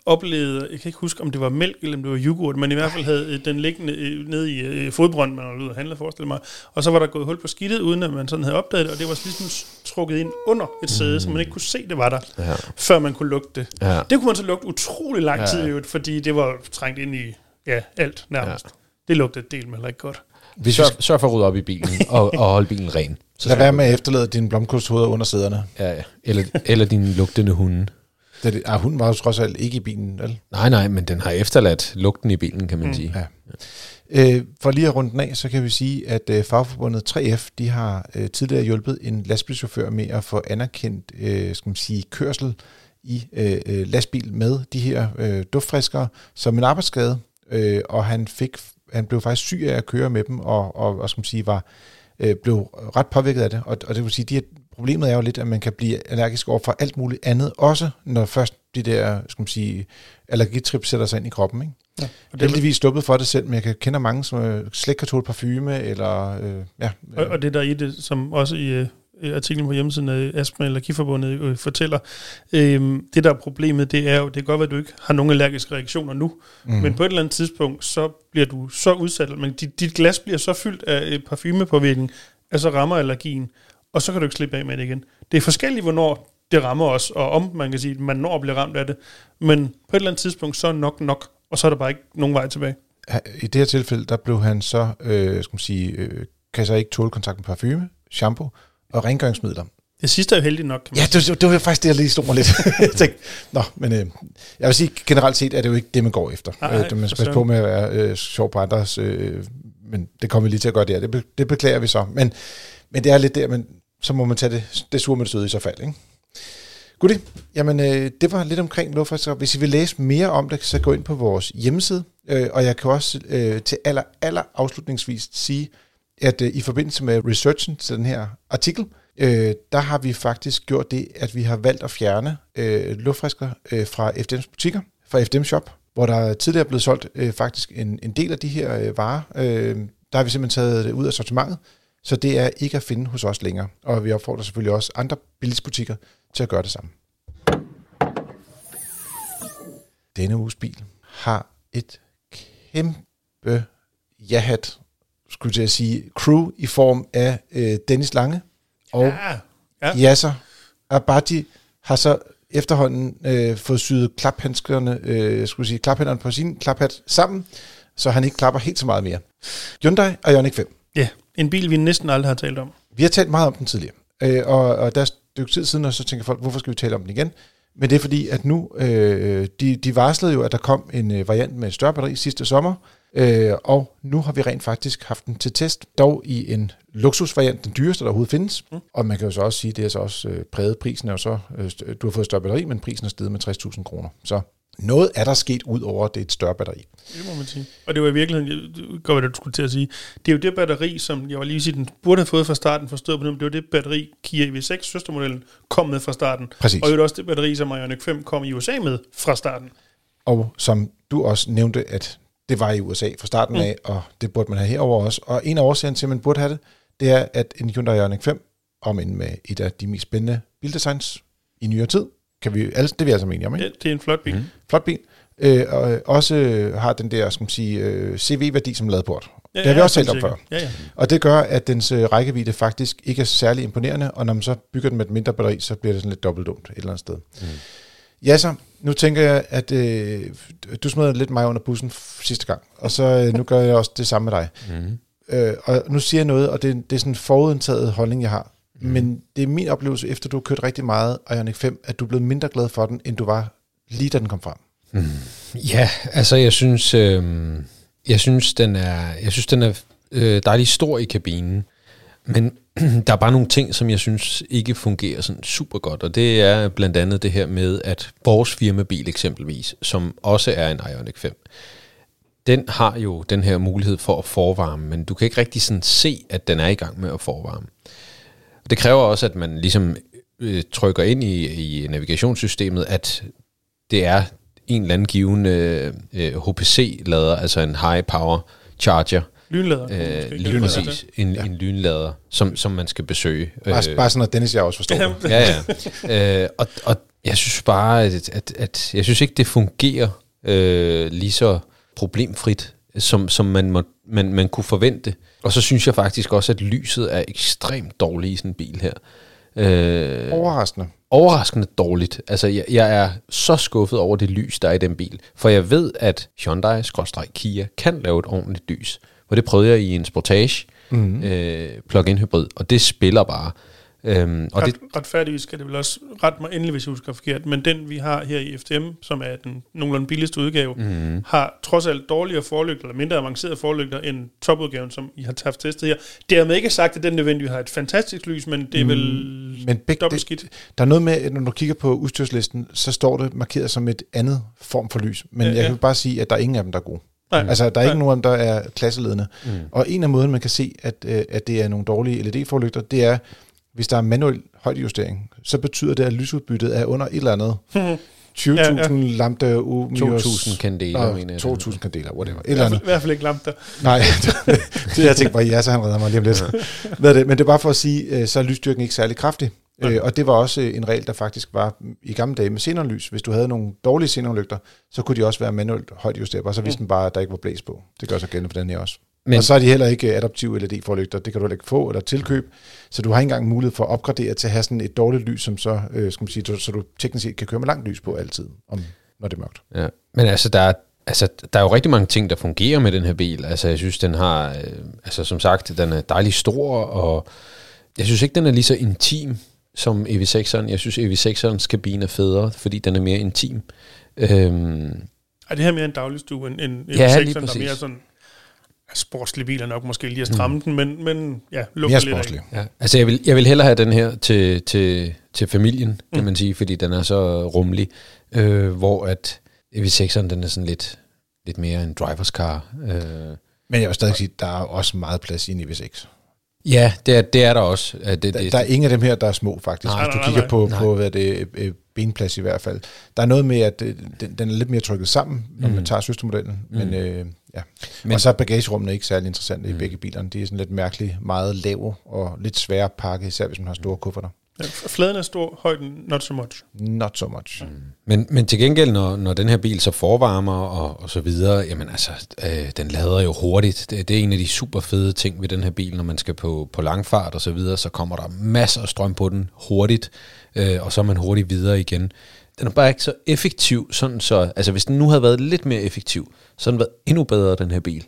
oplevede, jeg kan ikke huske, om det var mælk, eller om det var yoghurt, men i hvert fald havde den liggende øh, nede i øh, fodbrønden, man var ude og handle, forestille mig, og så var der gået hul på skidtet, uden at man sådan havde opdaget det, og det var ligesom trukket ind under et sæde, mm. så man ikke kunne se, det var der, ja. før man kunne lugte det. Ja. Det kunne man så lugte utrolig lang tid, ja. fordi det var trængt ind i ja, alt nærmest. Ja. Det lugtede et del, men heller ikke godt. Vi sørg, sørg for at rydde op i bilen, og, og holde bilen ren. Så lad være med at efterlade dine blomkålshoveder under sæderne. Ja, ja. Eller, eller dine lugtende hunde. Det, ah, hunden var jo trods alt ikke i bilen, vel? Nej, nej, men den har efterladt lugten i bilen, kan man mm. sige. Ja. Ja. Øh, for lige at runde den af, så kan vi sige, at øh, fagforbundet tre F, de har øh, tidligere hjulpet en lastbilchauffør med at få anerkendt øh, skal man sige, kørsel i øh, lastbil med de her øh, duftfriskere som en arbejdsskade, øh, og han fik han blev faktisk syg af at køre med dem, og, og, og skal man sige, var, øh, blev ret påvirket af det. Og, og det vil sige, de her, problemet er jo lidt, at man kan blive allergisk over for alt muligt andet, også når først de der, skal man sige, allergitrip sætter sig ind i kroppen. Ikke? Ja, og det er heldigvis sluppet for det selv, men jeg kender mange, som slet ikke kan tåle parfume, eller øh, ja. Og, og det der i det, som også i øh, artiklen på hjemmesiden af Astma Allergiforbundet øh, fortæller, øh, det der er problemet, det er jo, det kan godt være, at du ikke har nogen allergiske reaktioner nu, mm. men på et eller andet tidspunkt, så bliver du så udsat, men dit, dit glas bliver så fyldt af parfumepåvirkning, at så rammer allergien, og så kan du ikke slippe af med det igen. Det er forskelligt, hvornår det rammer os, og om man kan sige, at man når at blive ramt af det, men på et eller andet tidspunkt, så er nok nok, og så er der bare ikke nogen vej tilbage. I det her tilfælde, der blev han så, øh, skal man sige, øh, kan så ikke tåle kontakt med parfume, shampoo og rengøringsmidler. Det sidste er jo heldigt nok. Ja, det, det, det var faktisk det, jeg lige stod mig lidt. Jeg tænkte, nå, men øh, jeg vil sige, generelt set er det jo ikke det, man går efter. Nej, øh, man skal passe på med at være øh, sjov på andres, øh, men det kommer vi lige til at gøre der. Det, be, det beklager vi så. Men, men det er lidt der, men så må man tage det, det sure med det søde i så fald, ikke? Goodie. Jamen, øh, det var lidt omkring luftfriskere. Hvis I vil læse mere om det, så gå ind på vores hjemmeside. Øh, og jeg kan også øh, til aller, aller afslutningsvis sige, at øh, i forbindelse med researchen til den her artikel, øh, der har vi faktisk gjort det, at vi har valgt at fjerne øh, luftfriskere øh, fra F D M's butikker, fra F D M Shop, hvor der tidligere er blevet solgt øh, faktisk en, en del af de her øh, varer. Øh, der har vi simpelthen taget det ud af sortimentet, så det er ikke at finde hos os længere. Og vi opfordrer selvfølgelig også andre billigsbutikker til at gøre det samme. Denne uges bil har et kæmpe jahat, skulle jeg sige, crew i form af øh, Dennis Lange og ja, ja. Yasser Abadi har så efterhånden øh, fået syet klaphandskerne, øh, skulle jeg sige, klaphænderne på sin klaphat sammen, så han ikke klapper helt så meget mere. Hyundai Ioniq fem. Ja, en bil, vi næsten aldrig har talt om. Vi har talt meget om den tidligere, øh, og, og der er et stykke tid siden, og så tænker folk, hvorfor skal vi tale om den igen? Men det er fordi, at nu, øh, de, de varslede jo, at der kom en øh, variant med større batteri sidste sommer, øh, og nu har vi rent faktisk haft den til test, dog i en luksusvariant, den dyreste, der overhovedet findes. Mm. Og man kan jo så også sige, at det er så også øh, præget. Prisen er jo så, øh, du har fået større batteri, men prisen er steget med tres tusind kroner. Så noget er der sket ud over, at det er et større batteri. Det må man sige. Og det var i virkeligheden, det går, hvad du skulle til at sige, det er jo det batteri, som jeg var lige sige, den burde have fået fra starten, forstået på dem, det var det batteri, Kia E V seks, søstermodellen, kom med fra starten. Præcis. Og det var også det batteri, som Ioniq fem kom i U S A med fra starten. Og som du også nævnte, at det var i U S A fra starten mm. af, og det burde man have herover også. Og en af årsagen til, at man burde have det, det er, at en Hyundai Ioniq fem, om end med et af de mest spændende bildesigns i nyere tid, kan vi, altså, det er vi altså enige om, ikke? Ja, det er en flot bil. Mm. Flot bil. Øh, og også har den der, skal man sige, øh, C V-værdi som ladeport. Ja, det har vi ja, også talt om før. Ja, ja. Og det gør, at dens øh, rækkevidde faktisk ikke er særlig imponerende, og når man så bygger den med et mindre batteri, så bliver det sådan lidt dobbeltdumt et eller andet sted. Mm. Ja, så nu tænker jeg, at øh, du smed lidt mig under bussen sidste gang, og så øh, nu gør jeg også det samme med dig. Mm. Øh, og nu siger jeg noget, og det, det er sådan en forudindtaget holdning, jeg har. Mm. Men det er min oplevelse, efter du har kørt rigtig meget Ioniq fem, at du er blevet mindre glad for den, end du var lige da den kom frem. Mm. Ja, altså jeg synes, øh, jeg synes den er, jeg synes den er øh, dejligt stor i kabinen, men der er bare nogle ting, som jeg synes ikke fungerer sådan super godt, og det er blandt andet det her med, at vores firmabil eksempelvis, som også er en Ioniq fem, den har jo den her mulighed for at forvarme, men du kan ikke rigtig sådan se, at den er i gang med at forvarme. Det kræver også, at man ligesom øh, trykker ind i, i navigationssystemet, at det er en eller anden given øh, H P C-lader, altså en high power charger. Lynlader. Øh, lige præcis. En, ja. en lynlader, som, som man skal besøge. Bare, øh, bare sådan, at Dennis jeg også forstår ja, ja. øh, og, og Jeg synes bare, at, at, at jeg synes ikke, det fungerer øh, lige så problemfrit, som, som man, må, man, man kunne forvente. Og så synes jeg faktisk også, at lyset er ekstremt dårligt i sådan en bil her. Øh, Overraskende. Overraskende dårligt. Altså, jeg, jeg er så skuffet over det lys, der er i den bil. For jeg ved, at Hyundai-Kia kan lave et ordentligt lys. Og det prøvede jeg i en Sportage mm-hmm. øh, plug-in hybrid, og det spiller bare. Øhm, og Ret, det, retfærdigvis skal det vel også rette mig endelig, hvis jeg husker forkert, men den vi har her i F D M, som er den nogenlunde billigste udgave, mm. har trods alt dårligere forlygter, eller mindre avancerede forlygter, end topudgaven, som I har haft testet her. Dermed ikke sagt, at den nødvendigvis har et fantastisk lys, men det er vel mm, men begge, dobbelt skidt. Der er noget med, at når du kigger på udstyrslisten, så står det markeret som et andet form for lys, men ja, jeg ja. kan bare sige, at der er ingen af dem, der er gode. Nej, altså, der er nej. ikke nogen af dem, der er klasseledende. Mm. Og en af måden, man kan se, at, at det er nogle dårlige L E D-forlygter, det er, hvis der er manuel højdejustering, så betyder det, at lysudbyttet er under et eller andet tyve tusind ja, ja. lambda Ohmios, to tusind kandeler, mener jeg. to tusind kandeler, whatever. I hvert, fald, I hvert fald ikke lambda. Nej, det, det jeg tænkte bare, ja, så han redder mig lige om lidt. Hvad er det? Men det er bare for at sige, så er lysstyrken ikke særlig kraftig. Ja. Og det var også en regel, der faktisk var i gamle dage med xenonlys. Hvis du havde nogle dårlige xenonlygter, så kunne de også være manuelt højdejusterbare, så vidste den bare, at der ikke var blæs på. Det gør så gældende for den her også. Men, og så er de heller ikke adaptive L E D-forlygter, det kan du heller ikke få eller tilkøb, så du har ikke engang mulighed for at opgradere til at have sådan et dårligt lys, som så, øh, skal man sige, så, så du teknisk set kan køre med langt lys på altid, om, når det er mørkt. Ja. Men altså der, er, altså, der er jo rigtig mange ting, der fungerer med den her bil. Altså jeg synes, den har, øh, altså som sagt, den er dejligt stor, og jeg synes ikke, den er lige så intim som E V sekseren. Jeg synes, E V sekserens kabine er federe, fordi den er mere intim. Øhm, er det her mere en dagligstue end, end E V ja, sekseren, der er mere sådan... Sportslige biler nok måske lige at stramme mm. den, men, men ja, lukker lidt af. Ja. Altså jeg vil, jeg vil hellere have den her til, til, til familien, kan mm. man sige, fordi den er så rummelig, øh, hvor at E V sekseren, den er sådan lidt, lidt mere en drivers car. Øh. Men jeg vil stadig sige, der er også meget plads i en E V seks. Ja, det er, det er der også. Det, der, det, der er ingen af dem her, der er små faktisk. Nej, Hvis du nej, kigger nej. på, nej. på hvad det er, benplads i hvert fald. Der er noget med, at den, den er lidt mere trykket sammen, når mm. man tager søstermodellen. Mm. Men, øh, ja. Men, og så er bagagerummene ikke særlig interessante mm. i begge bilerne. De er sådan lidt mærkeligt meget lave og lidt svære at pakke, især hvis man har store kufferter. Ja, fladen er stor, højden not so much. Not so much. Mm. Men, men til gengæld, når, når den her bil så forvarmer og, og så videre, jamen altså, øh, den lader jo hurtigt. Det, det er en af de super fede ting ved den her bil, når man skal på, på langfart og så videre, så kommer der masser af strøm på den hurtigt, øh, og så er man hurtigt videre igen. Den er bare ikke så effektiv, sådan så, altså hvis den nu havde været lidt mere effektiv, så havde den været endnu bedre, den her bil.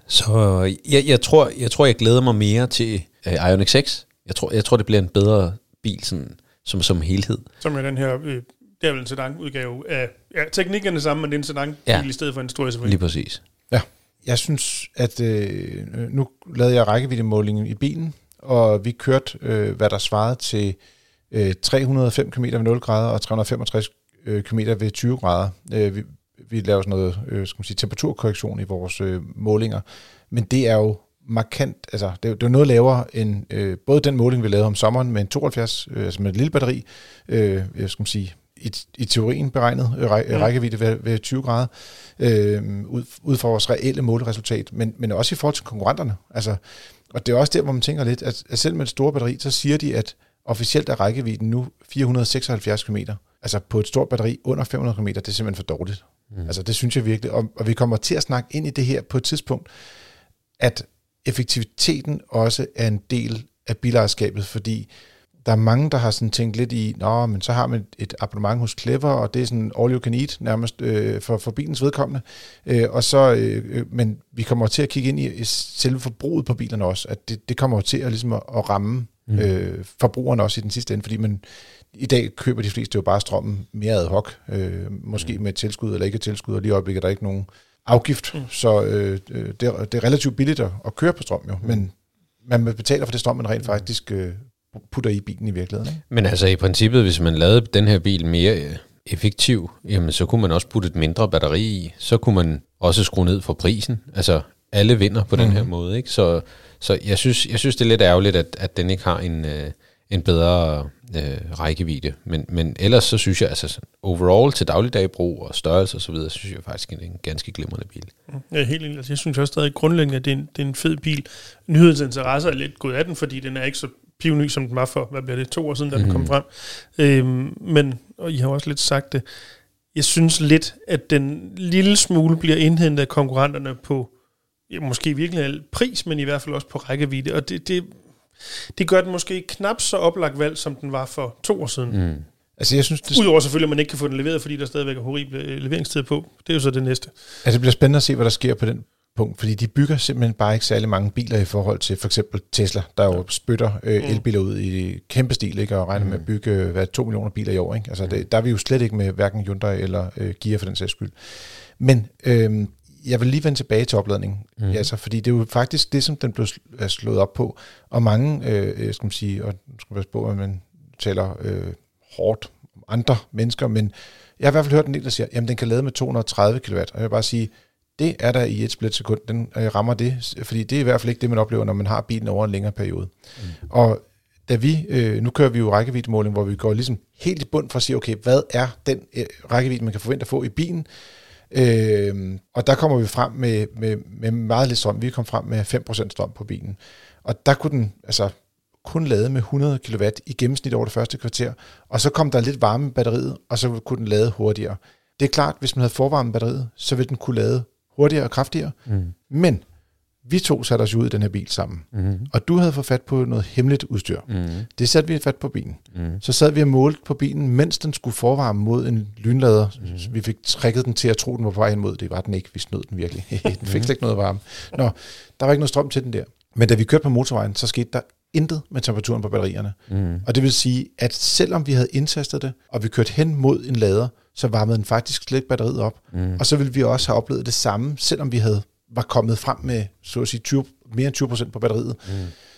Så jeg, jeg, tror, jeg tror, jeg glæder mig mere til øh, Ioniq seks. Jeg tror, jeg tror, det bliver en bedre bil sådan, som, som helhed. Som er den her, øh, det er vel en sedan-udgave af, ja, teknikken er det samme, men det er en sedan-bil ja. i stedet for en stor S U V. Lige præcis. Ja, jeg synes, at øh, nu lavede jeg rækkeviddemålingen i bilen, og vi kørte, øh, hvad der svarede til øh, tre hundrede og fem kilometer ved nul grader og tre hundrede og femogtres kilometer ved tyve grader. Øh, vi, vi laver sådan noget øh, skal man sige, temperaturkorrektion i vores øh, målinger, men det er jo markant, altså det er, det er noget lavere end øh, både den måling, vi lavede om sommeren med en tooghalvfjerds, øh, altså med et lille batteri, øh, jeg skal man sige, i, i teorien beregnet øh, ræk, mm. rækkevidde ved, ved tyve grader, øh, ud, ud fra vores reelle måleresultat, men, men også i forhold til konkurrenterne. Altså, og det er også der, hvor man tænker lidt, at, at selv med et stort batteri, så siger de, at officielt er rækkevidden nu fire hundrede og seksoghalvfjerds kilometer. Altså på et stort batteri under fem hundrede kilometer, det er simpelthen for dårligt. Mm. Altså det synes jeg virkelig, og, og vi kommer til at snakke ind i det her på et tidspunkt, at effektiviteten også er en del af bilejerskabet, fordi der er mange, der har sådan tænkt lidt i, nå, men så har man et abonnement hos Clever, og det er sådan all you can eat nærmest øh, for, for bilens vedkommende. Øh, og så, øh, men vi kommer til at kigge ind i selve forbruget på bilerne også, at det, det kommer til at, ligesom at, at ramme mm. øh, forbrugerne også i den sidste ende, fordi man i dag køber de fleste jo bare strømmen mere ad hoc, øh, måske mm. med tilskud eller ikke tilskud, og lige i øjeblikket er der ikke nogen afgift, mm. så øh, det, er, det er relativt billigt at, at køre på strøm jo, mm. men man betaler for det strøm, man rent faktisk øh, putter i bilen i virkeligheden. Ikke? Men altså i princippet, hvis man lavede den her bil mere øh, effektiv, jamen så kunne man også putte et mindre batteri i, så kunne man også skrue ned for prisen. Altså alle vinder på mm. den her måde, ikke? Så, så jeg synes, jeg synes det er lidt ærgerligt, at, at den ikke har en, øh, en bedre øh, rækkevidde. Men, men ellers så synes jeg, altså overall til dagligdagbrug og størrelse og så videre, synes jeg faktisk, det er en ganske glimrende bil. Jeg er helt enig. Altså, jeg synes også stadig grundlæggende, at det er en, det er en fed bil. Nyhedens interesse er lidt gået af den, fordi den er ikke så pivny, som den var for, hvad bliver det, to år siden, da den mm-hmm. kom frem. Øhm, men, og I har også lidt sagt det, jeg synes lidt, at den lille smule bliver indhentet af konkurrenterne på, ja, måske virkelig pris, men i hvert fald også på rækkevidde, og det, det, det gør den måske knap så oplagt valg, som den var for to år siden. Mm. Altså, jeg synes, det... Udover selvfølgelig, at man ikke kan få den leveret, fordi der stadigvæk er horrible leveringstid på. Det er jo så det næste. Altså, det bliver spændende at se, hvad der sker på den punkt, fordi de bygger simpelthen bare ikke særlig mange biler i forhold til for eksempel Tesla, der jo spytter øh, elbiler ud i kæmpe stil, ikke, og regner mm. med at bygge hvad, to millioner biler i år. Ikke? Altså, det, der er vi jo slet ikke med hverken Hyundai eller øh, Kia for den sags skyld. Men øh, jeg vil lige vende tilbage til opladningen, mm. altså, fordi det er jo faktisk det, som den blev slået op på, og mange, øh, skal man sige, og nu skal man passe på, at man taler øh, hårdt om andre mennesker, men jeg har i hvert fald hørt en del, der siger, jamen den kan lade med to hundrede og tredive kilowatt, og jeg vil bare sige, det er der i et splitsekund, den øh, rammer det, fordi det er i hvert fald ikke det, man oplever, når man har bilen over en længere periode. Mm. Og da vi, øh, nu kører vi jo rækkeviddemåling, hvor vi går ligesom helt i bund for at sige, okay, hvad er den øh, rækkevidde, man kan forvente at få i bilen? Øh, og der kommer vi frem med, med, med meget lidt strøm. Vi kom frem med fem procent strøm på bilen. Og der kunne den altså kun lade med hundrede kilowatt i gennemsnit over det første kvarter. Og så kom der lidt varme i batteriet, og så kunne den lade hurtigere. Det er klart, hvis man havde forvarmet batteriet, så ville den kunne lade hurtigere og kraftigere. Mm. Men vi to satte os ud i den her bil sammen. Mm. Og du havde fået fat på noget hemmeligt udstyr. Mm. Det satte vi fat på bilen. Mm. Så sad vi og målte på bilen, mens den skulle forvarme mod en lynlader. Mm. Vi fik trækket den til at tro, den var på vej hen mod. Det var den ikke. Vi snød den virkelig. Den fik slet ikke noget varme. Nå, der var ikke noget strøm til den der. Men da vi kørte på motorvejen, så skete der intet med temperaturen på batterierne. Mm. Og det vil sige, at selvom vi havde indtastet det, og vi kørte hen mod en lader, så varmede den faktisk slet ikke batteriet op. Mm. Og så ville vi også have oplevet det samme, selvom vi havde var kommet frem med så at sige tyve, mere end tyve procent på batteriet. Mm.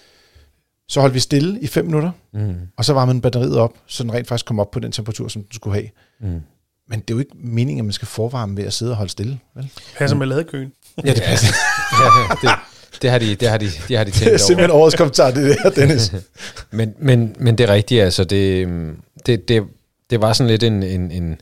Så holdt vi stille i fem minutter, mm. og så varmede den batteriet op, så den rent faktisk kom op på den temperatur, som den skulle have. Mm. Men det er jo ikke meningen, at man skal forvarme ved at sidde og holde stille. Vel? Passer med ladekøen. Ja, det passer. ja, det, det har de, det har de, det har de tænkt over. Det er simpelthen over. Årets kommentar, det der, Dennis. men, men, men det er rigtigt, altså. Det, det, det, det var sådan lidt en... en, en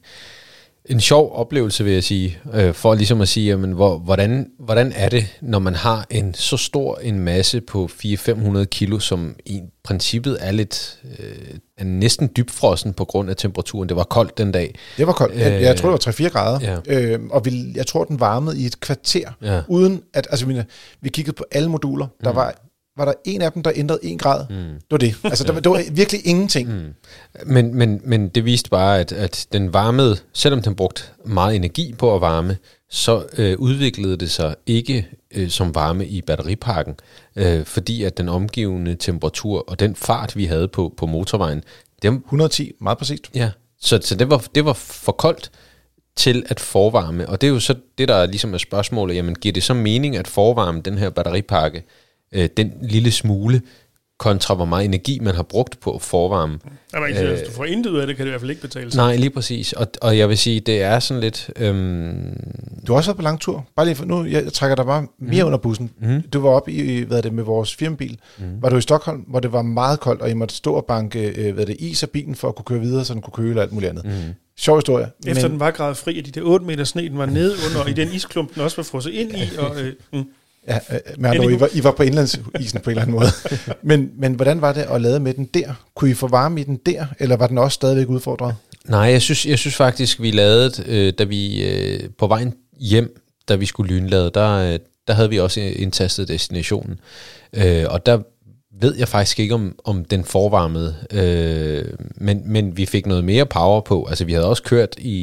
En sjov oplevelse, vil jeg sige, øh, for ligesom at sige, jamen, hvor, hvordan, hvordan er det, når man har en så stor en masse på fire til fem hundrede kilo, som i princippet er lidt øh, er næsten dybfrossen på grund af temperaturen. Det var koldt den dag. Det var koldt. Jeg, jeg tror, det var tre til fire grader. Ja. Øh, og vi, jeg tror, den varmede i et kvarter, ja. uden at, altså vi, vi kiggede på alle moduler. Der mm. var var der en af dem, der ændrede en grad. Mm. Det var det. Altså, der var, det var virkelig ingenting. Mm. Men, men, men det viste bare, at, at den varmede, selvom den brugte meget energi på at varme, så øh, udviklede det sig ikke øh, som varme i batteripakken, øh, fordi at den omgivende temperatur og den fart, vi havde på, på motorvejen... Dem, et hundrede og ti, meget præcist. Ja, så, så det, var, det var for koldt til at forvarme. Og det er jo så det, der ligesom er spørgsmålet. Jamen, giver det så mening at forvarme den her batteripakke den lille smule, kontra hvor meget energi man har brugt på at forvarme. Jamen, ikke, hvis du får intet ud af det, kan det i hvert fald ikke betale sig. Nej, lige præcis. Og, og jeg vil sige, det er sådan lidt... Øhm du har også været på lang tur. Bare lige for, nu, jeg trækker dig bare mere mm. under bussen. Mm. Du var oppe i, hvad er det, med vores firmabil. Mm. Var du i Stockholm, hvor det var meget koldt, og I måtte stå og banke hvad er det, is af bilen for at kunne køre videre, så den kunne køle og alt muligt andet. Mm. Sjov historie. Efter men den var gradet fri, og de der otte meter sne, den var nede under, og i den isklump, den også var frosset ind i, og... Øh, mm. Ja, med andre ord, I var, I var på indlandsisen på en eller anden måde. men, men hvordan var det at lade med den der? Kunne I få varme i den der, eller var den også stadigvæk udfordret? Nej, jeg synes, jeg synes faktisk, vi lavede, øh, da vi øh, på vejen hjem, da vi skulle lynlade, der, øh, der havde vi også indtastet destinationen. Øh, og der ved jeg faktisk ikke, om, om den forvarmede, øh, men, men vi fik noget mere power på. Altså, vi havde også kørt i,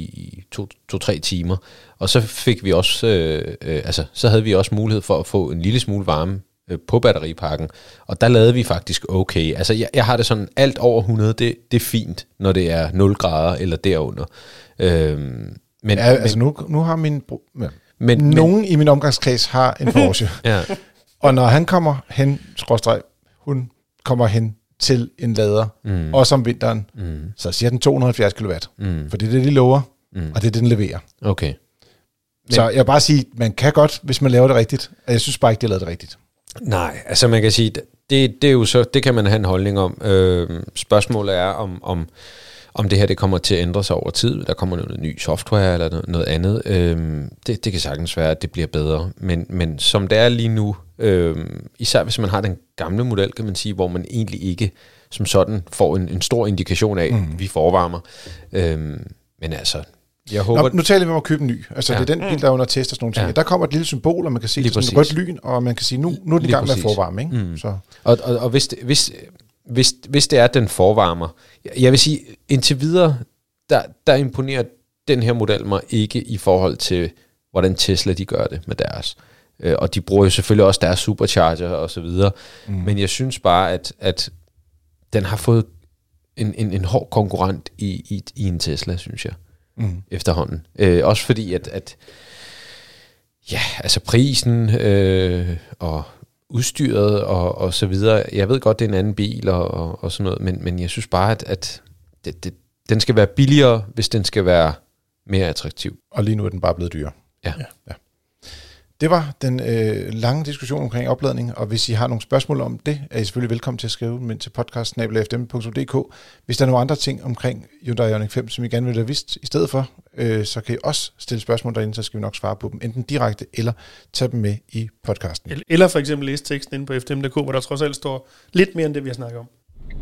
i to, to-tre timer, og så fik vi også, øh, øh, altså, så havde vi også mulighed for at få en lille smule varme øh, på batteripakken, og der lavede vi faktisk okay. Altså, jeg, jeg har det sådan, alt over hundrede, det, det er fint, når det er nul grader eller derunder. Øh, men, ja, altså, nu, nu har min... Ja. Men, nogen men, i min omgangskreds har en Porsche. Ja. Og når han kommer hen, skråstreg, hun kommer hen til en lader, mm. også om vinteren, mm. så siger den to hundrede og halvfjerds kilowatt. Mm. For det er det, de lover, mm. og det er det, den leverer. Okay. Så jeg vil bare sige, man kan godt, hvis man laver det rigtigt, og jeg synes bare ikke, de har lavet det rigtigt. Nej, altså man kan sige, det, det er jo så, det kan man have en holdning om. Øh, spørgsmålet er, om, om, om det her det kommer til at ændre sig over tid. Der kommer noget ny software eller noget, noget andet. Øh, det, det kan sagtens være, at det bliver bedre. Men, men som det er lige nu, Øhm, især hvis man har den gamle model, kan man sige, hvor man egentlig ikke som sådan får en, en stor indikation af, mm. vi forvarmer. Øhm, men altså, jeg håber... Nå, nu taler vi om at købe en ny. Altså, ja. Det er den bil, der er under test og sådan nogle ting. Ja. Der kommer et lille symbol, og man kan se det sådan rødt lyn, og man kan sige, nu, nu er den i gang med at forvarme. Ikke? Mm. Så. Og, og, og hvis, det, hvis, hvis, hvis det er, at den forvarmer... Jeg vil sige, indtil videre, der, der imponerer den her model mig ikke i forhold til, hvordan Tesla de gør det med deres. Og de bruger jo selvfølgelig også deres supercharger og så videre. Mm. Men jeg synes bare, at, at den har fået en, en, en hård konkurrent i, i, i en Tesla, synes jeg, mm. efterhånden. Øh, også fordi, at, at ja, altså prisen øh, og udstyret og, og så videre, jeg ved godt, det er en anden bil og, og, og sådan noget, men, men jeg synes bare, at, at det, det, den skal være billigere, hvis den skal være mere attraktiv. Og lige nu er den bare blevet dyrere. Ja. ja. ja. Det var den øh, lange diskussion omkring opladning, og hvis I har nogle spørgsmål om det, er I selvfølgelig velkommen til at skrive dem ind til podcast snabel-a f d m punktum d k. Hvis der er nogle andre ting omkring Hyundai Ioniq fem, som I gerne vil have vidst i stedet for, øh, så kan I også stille spørgsmål derinde, så skal vi nok svare på dem, enten direkte eller tage dem med i podcasten. Eller for eksempel læse teksten inde på f d m punktum d k, hvor der trods alt står lidt mere end det, vi har snakket om.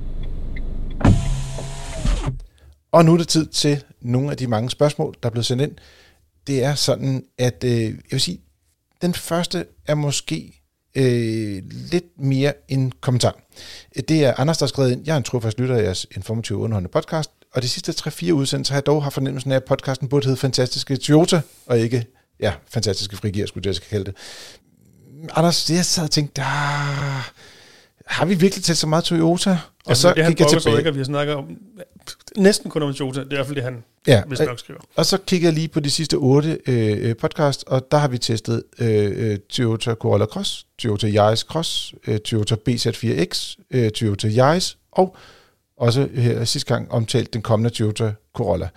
Og nu er det tid til nogle af de mange spørgsmål, der er blevet sendt ind. Det er sådan, at øh, jeg vil sige, den første er måske øh, lidt mere en kommentar. Det er Anders, der har skrevet ind. Jeg er en trofast lytter af jeres informative underholdende podcast, og de sidste tre fire udsendelser har jeg dog haft fornemmelsen af, at podcasten burde hedde Fantastiske Toyota, og ikke, ja, Fantastiske Frigir, skulle jeg skal kalde det. Anders, jeg sad og tænkte, ah, har vi virkelig talt så meget Toyota? Og ja, så det gik jeg tilbage. Så ikke, at vi har snakket om næsten kun om Toyota. Det er i hvert fald det, han ja, vist nok skriver. Og så kigger jeg lige på de sidste otte øh, podcast, og der har vi testet øh, Toyota Corolla Cross, Toyota Yaris Cross, øh, Toyota B Z fire X, øh, Toyota Yaris, og også her sidste gang omtalt den kommende Toyota Corolla.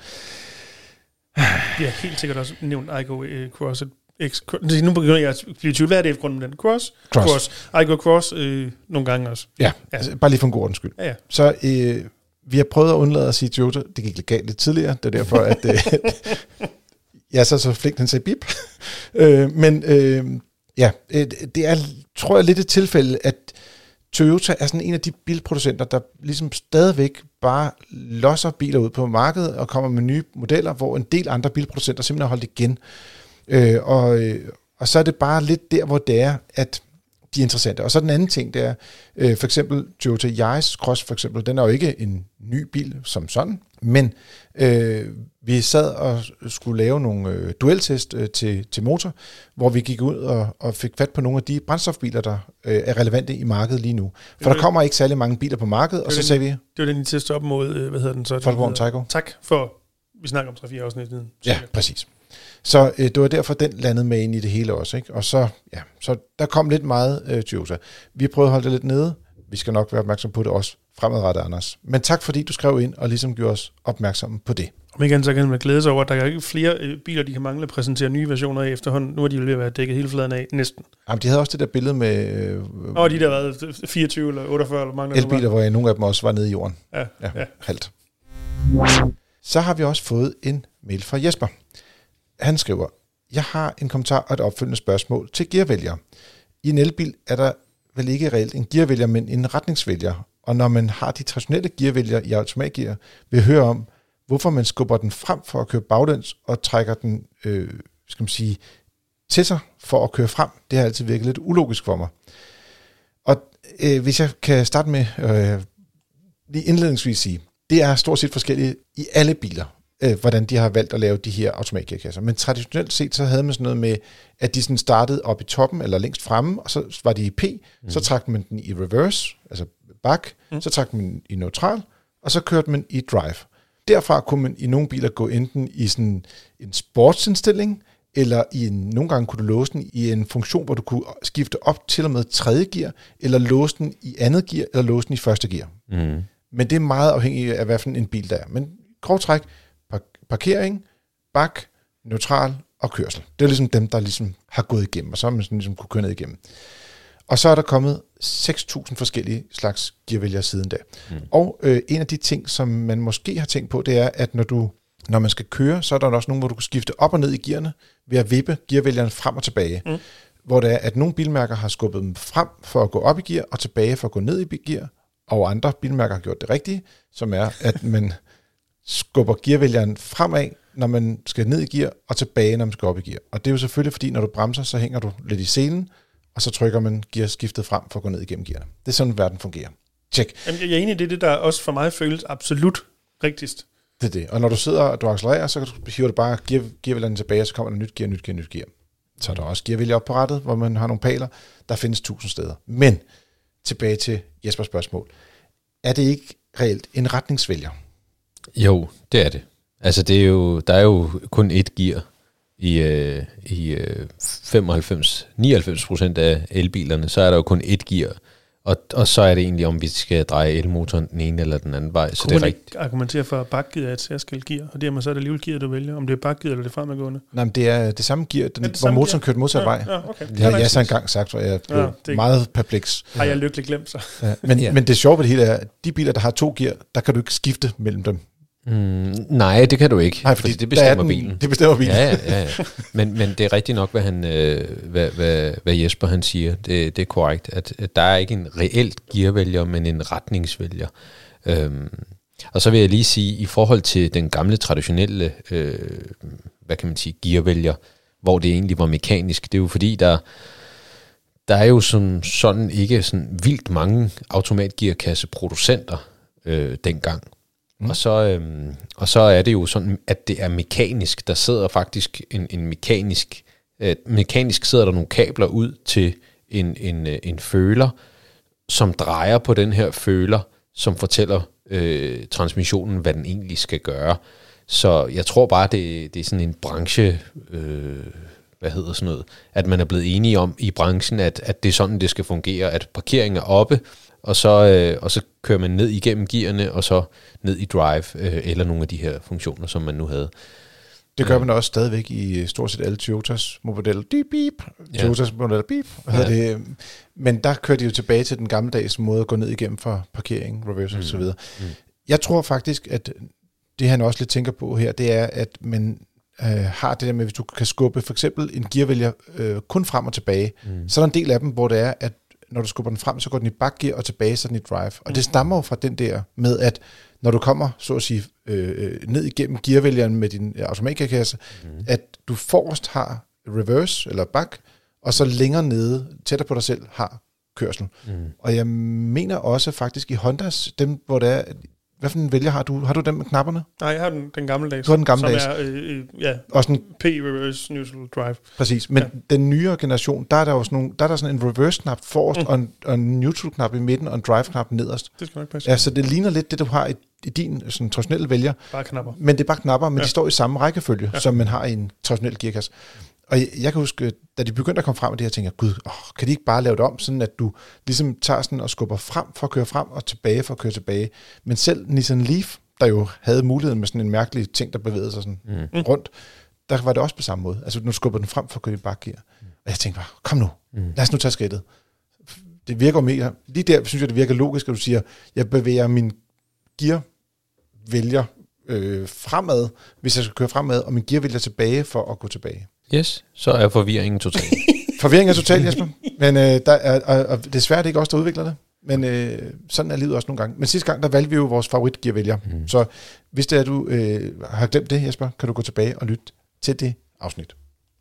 Vi har helt sikkert også nævnt Aygo øh, Cross X. Nu begynder jeg at blive tvivl. Hvad er det for grunden med den? Cross? Cross. Cross. Aygo Cross øh, nogle gange også. Ja, ja. Altså, bare lige for en god ordens skyld. Ja, ja. Så øh, vi har prøvet at undlade at sige Toyota. Det gik lidt galt lidt tidligere. Det er derfor, at øh, jeg så så flink, den sagde bip. øh, men øh, ja, øh, det er, tror jeg, lidt et tilfælde, at Toyota er sådan en af de bilproducenter, der ligesom stadigvæk bare losser biler ud på markedet og kommer med nye modeller, hvor en del andre bilproducenter simpelthen har holdt igen. Øh, og, øh, og så er det bare lidt der, hvor det er, at de er interessante. Og så den anden ting, det er øh, for eksempel Toyota Yaris Cross, for eksempel, den er jo ikke en ny bil som sådan, men øh, vi sad og skulle lave nogle øh, dueltest øh, til, til motor, hvor vi gik ud og, og fik fat på nogle af de brændstofbiler, der øh, er relevante i markedet lige nu. For der kommer ikke særlig mange biler på markedet, og så den, sagde vi... Det var den, I testede op mod, hvad hedder den så? Volkswagen Taycan. Tak for, vi snakker om tre fire afsnit siden. Ja, præcis. Så øh, det var derfor, den landede med ind i det hele også. Ikke? Og så, ja, så der kom lidt meget øh, Toyota. Vi prøvede at holde det lidt nede. Vi skal nok være opmærksom på det også fremadrettet, Anders. Men tak, fordi du skrev ind og ligesom gjorde os opmærksomme på det. Om igen, så kan man glæde sig over, at der er ikke flere øh, biler, de kan mangle at præsentere nye versioner af efterhånden. Nu er de jo ved at være dækket hele fladen af, næsten. Jamen, de havde også det der billede med... Øh, og de der været fireogtyve eller otteogfyrre eller mange. Elbiler, hvor nogle af dem også var nede i jorden. Ja, ja. ja. Halvt. Så har vi også fået en mail fra Jesper. Han skriver, jeg har en kommentar og et opfølgende spørgsmål til gearvælger. I en elbil er der vel ikke reelt en gearvælger, men en retningsvælger. Og når man har de traditionelle gearvælger i automatgear, vil jeg høre om, hvorfor man skubber den frem for at køre baglæns og trækker den øh, skal man sige, til sig for at køre frem. Det har altid virket lidt ulogisk for mig. Og øh, hvis jeg kan starte med øh, lige indledningsvis sige, det er stort set forskelligt i alle biler, øh, hvordan de har valgt at lave de her automatgearkasser. Men traditionelt set, så havde man sådan noget med, at de sådan startede op i toppen eller længst fremme, og så var de i P, mm. så trak man den i reverse, altså back, mm. så trak man i neutral, og så kørte man i drive. Derfra kunne man i nogle biler gå enten i sådan en sportsindstilling, eller i en, nogle gange kunne du låse den i en funktion, hvor du kunne skifte op til og med tredje gear, eller låse den i andet gear, eller låse den i første gear. Mm. Men det er meget afhængigt af, hvad for en bil der er. Men kort træk, parkering, bak, neutral og kørsel. Det er ligesom dem, der ligesom har gået igennem, og så har man sådan ligesom kunne køre ned igennem. Og så er der kommet seks tusind forskellige slags gearvælgere siden da. Mm. Og øh, en af de ting, som man måske har tænkt på, det er, at når du når man skal køre, så er der også nogle, hvor du kan skifte op og ned i gearne ved at vippe gearvælgerne frem og tilbage. Mm. hvor det er, at nogle bilmærker har skubbet dem frem for at gå op i gear, og tilbage for at gå ned i gear, og andre bilmærker har gjort det rigtige, som er, at man skubber gearvælgeren fremad, når man skal ned i gear, og tilbage, når man skal op i gear. Og det er jo selvfølgelig, fordi når du bremser, så hænger du lidt i selen, og så trykker man gearskiftet frem for at gå ned igennem gearne. Det er sådan, verden fungerer. Tjek. Jamen, jeg er enig i det, det der også for mig føles absolut rigtigst. Det er det. Og når du sidder og du accelererer, så hiver du bare gear, gearvælgeren tilbage, og så kommer der nyt gear, nyt gear, nyt gear. Så er der også gearvælger op på rattet, hvor man har nogle paler. Der findes tusind steder. Men tilbage til Jespers spørgsmål. Er det ikke reelt en retningsvælger? Jo, det er det. Altså, det er jo, der er jo kun ét gear i, øh, i øh, femoghalvfems til nioghalvfems procent af elbilerne, så er der jo kun ét gear. Og, og så er det egentlig, om vi skal dreje elmotoren den ene eller den anden vej. Så kunne det er man rigtigt. ikke argumentere for, at bakgear er et særskilt gear, og dermed så er det alligevel gear, du vælger, om det er bakgear eller det fremadgående? Nej, men det er det samme gear, den, det hvor motoren gear? kørte modsat Ja, vej. ja, okay. Det har jeg så engang sagt, og jeg blev Ja, det- meget perpleks. Har jeg lykkelig glemt så? Ja, men, Ja. men det sjove ved det hele er, at de biler, der har to gear, der kan du ikke skifte mellem dem. Mm, nej, det kan du ikke, Nej, fordi, fordi det der er bestemmer den, bilen. Det bestemmer bilen. Ja, ja, ja, ja. Men, men det er rigtigt nok, hvad, han, øh, hvad, hvad, hvad Jesper han siger. Det, det er korrekt, at, at der er ikke en reelt gearvælger, men en retningsvælger. Øhm, og så vil jeg lige sige, i forhold til den gamle, traditionelle, øh, hvad kan man sige, gearvælger, hvor det egentlig var mekanisk, det er jo fordi, der, der er jo sådan, sådan ikke sådan vildt mange automatgearkasseproducenter øh, dengang. Mm. Og, så, øhm, og så er det jo sådan, at det er mekanisk. Der sidder faktisk en, en mekanisk... Øh, mekanisk sidder der nogle kabler ud til en, en, øh, en føler, som drejer på den her føler, som fortæller øh, transmissionen, hvad den egentlig skal gøre. Så jeg tror bare, det, det er sådan en branche... Øh, hvad hedder sådan noget? At man er blevet enige om i branchen, at, at det er sådan, det skal fungere. At parkeringen er oppe, og så, øh, og så kører man ned igennem gearne, og så ned i drive, øh, eller nogle af de her funktioner, som man nu havde. Det gør man også stadigvæk i stort set alle Toyotas modeller. Beep, beep. Ja. Toyotas modeller, beep. Hvad Ja. hedder det? Men der kører de jo tilbage til den gammeldags måde at gå ned igennem for parkering, reverse mm. og så videre. Mm. Jeg tror faktisk, at det han også lidt tænker på her, det er, at man øh, har det der med, hvis du kan skubbe for eksempel en gearvælger øh, kun frem og tilbage, mm. så er der en del af dem, hvor det er, at når du skubber den frem, så går den i bakgear, og tilbage, så den i drive. Og det stammer jo fra den der med, at når du kommer, så at sige, øh, ned igennem gearvælgeren med din automatgearkasse, mm. at du forrest har reverse eller bak, og så længere nede, tættere på dig selv, har kørsel. Mm. Og jeg mener også faktisk i Hondas, dem hvor det er, hvad for en vælger har du? Har du dem med knapperne? Nej, jeg har den, den gammeldags. Du har den gammeldags. Som er, øh, øh, ja, Også en, P, reverse, neutral, drive. præcis. Men Ja. ja. den nyere generation, der er der jo sådan, nogle, der er der sådan en reverse-knap forrest, mm. og, en, og en neutral-knap i midten, og en drive-knap nederst. Det skal nok passe. Ja, så det ligner lidt det, du har i, i din sådan, traditionelle vælger. Bare knapper. Men det er bare knapper, men Ja. ja. de står i samme rækkefølge, Ja. ja. som man har i en traditionel gearkasse. Og jeg, jeg kan huske, da de begyndte at komme frem med det, jeg tænker, gud, åh, kan de ikke bare lave det om, sådan at du ligesom tager sådan og skubber frem for at køre frem, og tilbage for at køre tilbage. Men selv Nissan Leaf, der jo havde muligheden med sådan en mærkelig ting, der bevægede sig sådan mm. rundt, der var det også på samme måde. Altså, nu skubber den frem for at køre i bakgear. Mm. Og jeg tænkte bare, kom nu, mm. lad os nu tage skridtet. Det virker jo mere, lige der synes jeg, det virker logisk, at du siger, jeg bevæger min gearvælger øh, fremad, hvis jeg skal køre fremad, og min gearvælger tilbage for at gå tilbage. Yes, så er forvirringen total. Forvirring er total, Jesper. Men øh, der er, og, og desværre er det ikke os, der udvikler det. Men øh, sådan er livet også nogle gange. Men sidste gang, der valgte vi jo vores favoritgearvælger. Mm. Så hvis det er, at du øh, har glemt det, Jesper, kan du gå tilbage og lytte til det afsnit.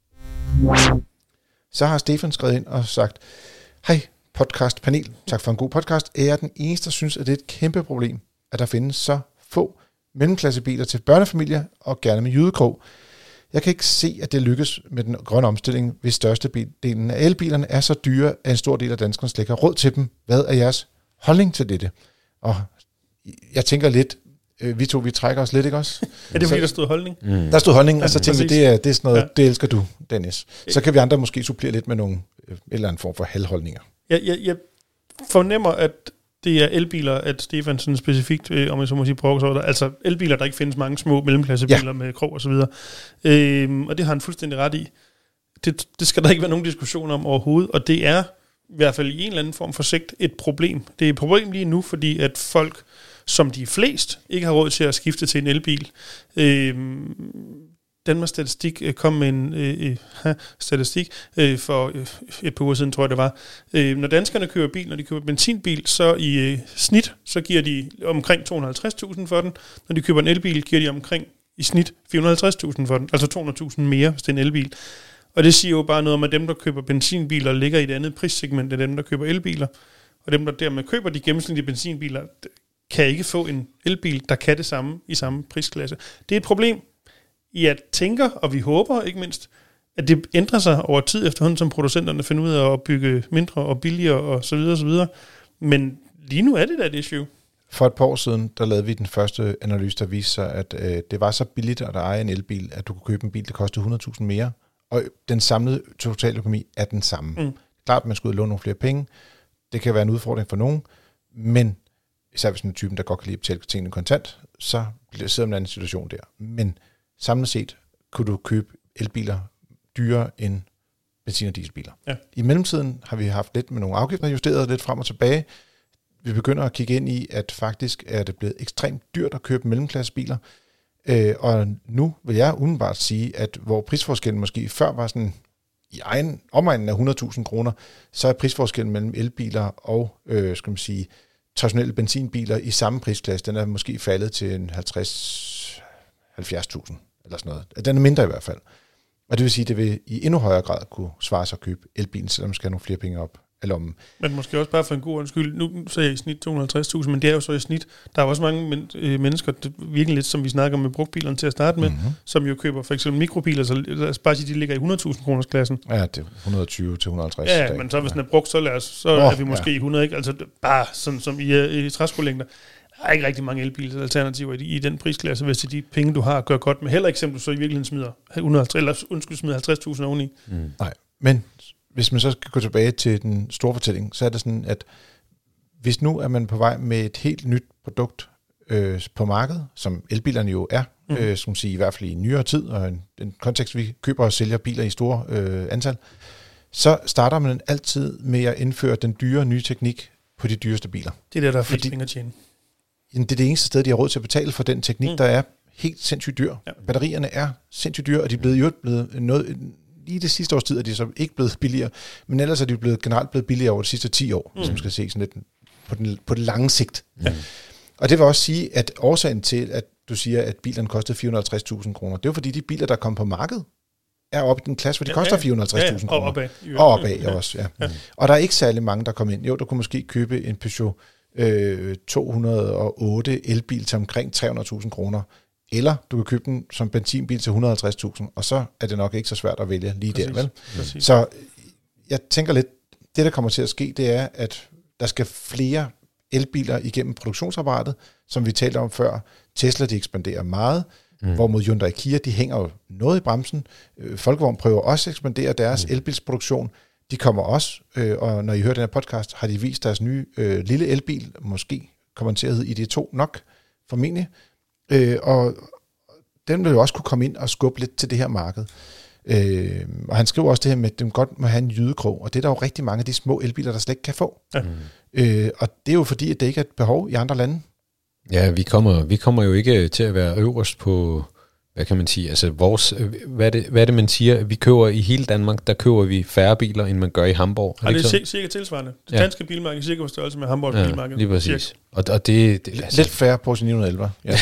Så har Stefan skrevet ind og sagt, hej podcast panel, tak for en god podcast. Jeg er den eneste, der synes, at det er et kæmpe problem, at der findes så få mellemklassebiler til børnefamilier og gerne med jydekrog. Jeg kan ikke se, at det lykkes med den grønne omstilling, hvis størstedelen af elbilerne er så dyre, at en stor del af danskerne slet ikke har råd til dem. Hvad er jeres holdning til dette? Og jeg tænker lidt, øh, vi to, vi trækker os lidt, ikke også? Er det Så- fordi, der stod holdning? Der stod holdning, og så Ja, tænkte jeg, præcis. det er, det er sådan noget, Ja. det elsker du, Dennis. Så kan vi andre måske supplere lidt med nogle, øh, et eller andet form for halvholdninger. Jeg, jeg, jeg fornemmer, at det er elbiler, at Stefan sådan specifikt, øh, om jeg så må sige, brokker sig over det. Altså elbiler, der ikke findes mange små mellemklassebiler ja. med krog og så videre. Øhm, og det har han fuldstændig ret i. Det, det skal der ikke være nogen diskussion om overhovedet, og det er i hvert fald i en eller anden form for sigt et problem. Det er et problem lige nu, fordi at folk, som de flest, ikke har råd til at skifte til en elbil. Øhm, Danmarks Statistik øh, kom med en øh, øh, statistik øh, for øh, et par uger siden, tror jeg det var. Øh, når danskerne køber bil, når de køber benzinbil, så i øh, snit, så giver de omkring to hundrede og halvtreds tusind for den. Når de køber en elbil, giver de omkring i snit fire hundrede og halvtreds tusind for den. Altså to hundrede tusind mere, hvis det er en elbil. Og det siger jo bare noget om, at dem, der køber benzinbiler, ligger i et andet prissegment af dem, der køber elbiler. Og dem, der dermed køber de gennemsnitlige benzinbiler, kan ikke få en elbil, der kan det samme i samme prisklasse. Det er et problem. Jeg tænker, og vi håber ikke mindst, at det ændrer sig over tid efterhånden, som producenterne finder ud af at bygge mindre og billigere og så videre og så videre. Men lige nu er det da et issue. For et par år siden, der lavede vi den første analyse, der viste sig, at øh, det var så billigt at eje en elbil, at du kunne købe en bil, der kostede hundrede tusind mere, og den samlede totaløkonomi er den samme. Mm. Klart, at man skulle låne nogle flere penge. Det kan være en udfordring for nogen, men især hvis man er typen, der godt kan lide at betale tingene kontant, så sidder man i en anden situation der. Men samlet set kunne du købe elbiler dyrere end benzin- og dieselbiler. Ja. I mellemtiden har vi haft lidt med nogle afgifter justeret lidt frem og tilbage. Vi begynder at kigge ind i, at faktisk er det blevet ekstremt dyrt at købe mellemklassebiler. Øh, og nu vil jeg umiddelbart sige, at hvor prisforskellen måske før var sådan i egen omegnen af hundrede tusind kroner, så er prisforskellen mellem elbiler og øh, skal man sige, traditionelle benzinbiler i samme prisklasse, den er måske faldet til en halvtreds til halvfjerds tusind eller sådan noget. Den er mindre i hvert fald. Og det vil sige, at det vil i endnu højere grad kunne svare sig at købe elbilen, selvom man skal have nogle flere penge op af lommen. Men måske også bare for en god undskyld. Nu sagde jeg i snit to hundrede og halvtreds tusind, men det er jo så i snit. Der er også mange men, øh, mennesker, det virkelig lidt som vi snakker om med brugtbilerne til at starte med, mm-hmm. som jo køber for eksempel mikrobiler, så lad os bare sige, de ligger i hundrede tusind kroners klassen. Ja, det er hundrede og tyve til hundrede og halvtreds. Ja, men så hvis den er brugt, så, os, så oh, er vi måske i ja. hundrede, ikke? Altså bare sådan som i, i træskolængder. Der er ikke rigtig mange elbilsalternativer i, i den prisklasse, hvis det er de penge, du har at gøre godt med. Heller eksempel, så i virkeligheden smider hundrede og halvtreds, eller undskyld, smider halvtreds tusind oveni. Mm. Nej, men hvis man så skal gå tilbage til den store fortælling, så er det sådan, at hvis nu er man på vej med et helt nyt produkt øh, på markedet, som elbilerne jo er, mm. øh, som sige, i hvert fald i nyere tid, og i den kontekst, vi køber og sælger biler i store øh, antal, så starter man altid med at indføre den dyre nye teknik på de dyreste biler. Det er det, der er flest penge at tjene. Det er det eneste sted, de har råd til at betale for den teknik, mm. der er helt sindssygt dyr. Ja. Batterierne er sindssygt dyre, og de er blevet, jo blevet noget... Lige det sidste års tid er de så ikke blevet billigere, men ellers er de blevet, generelt blevet billigere over de sidste ti år, mm. som skal se sådan lidt på, den, på det lange sigt. Ja. Og det vil også sige, at årsagen til, at du siger, at bilerne kostede fire hundrede og halvtreds tusind kroner, det er jo fordi, de biler, der kom på markedet, er oppe i den klasse, hvor de ja, koster fire hundrede og halvtreds tusind ja, ja. kroner. Og opad. Og opad ja. også, ja. ja. Og der er ikke særlig mange, der kommer ind. Jo, du kunne måske købe en Peugeot øh, to hundrede og otte elbil til omkring tre hundrede tusind kroner, eller du kan købe den som benzinbil til et hundrede og halvtreds tusind, og så er det nok ikke så svært at vælge lige Præcis. der, vel? Præcis. Så jeg tænker lidt, det der kommer til at ske, det er, at der skal flere elbiler igennem produktionsapparatet, som vi talte om før. Tesla, de ekspanderer meget, mm. hvorimod Hyundai og Kia, de hænger jo noget i bremsen. Folkevogn prøver også at ekspandere deres mm. elbilsproduktion. De kommer også, øh, og når I hører den her podcast, har de vist deres nye øh, lille elbil, måske kommer til at hedde I D to nok, formentlig. Øh, og den vil jo også kunne komme ind og skubbe lidt til det her marked. Øh, og han skriver også det her med, at den godt må have en jydekrog, og det er der jo rigtig mange af de små elbiler, der slet ikke kan få. Ja. Øh, og det er jo fordi, at det ikke er et behov i andre lande. Ja, vi kommer, vi kommer jo ikke til at være øverst på, hvad kan man sige, altså vores, hvad er det, hvad er det man siger, vi køber i hele Danmark, der køber vi færre biler, end man gør i Hamburg. Er det, det er cirka tilsvarende. Det ja. danske bilmarked er cirka på størrelse med Hamburgs ja, bilmarked. Lige præcis. Og, og det, det altså, lidt færre på sin ni hundrede og elleve. Ja.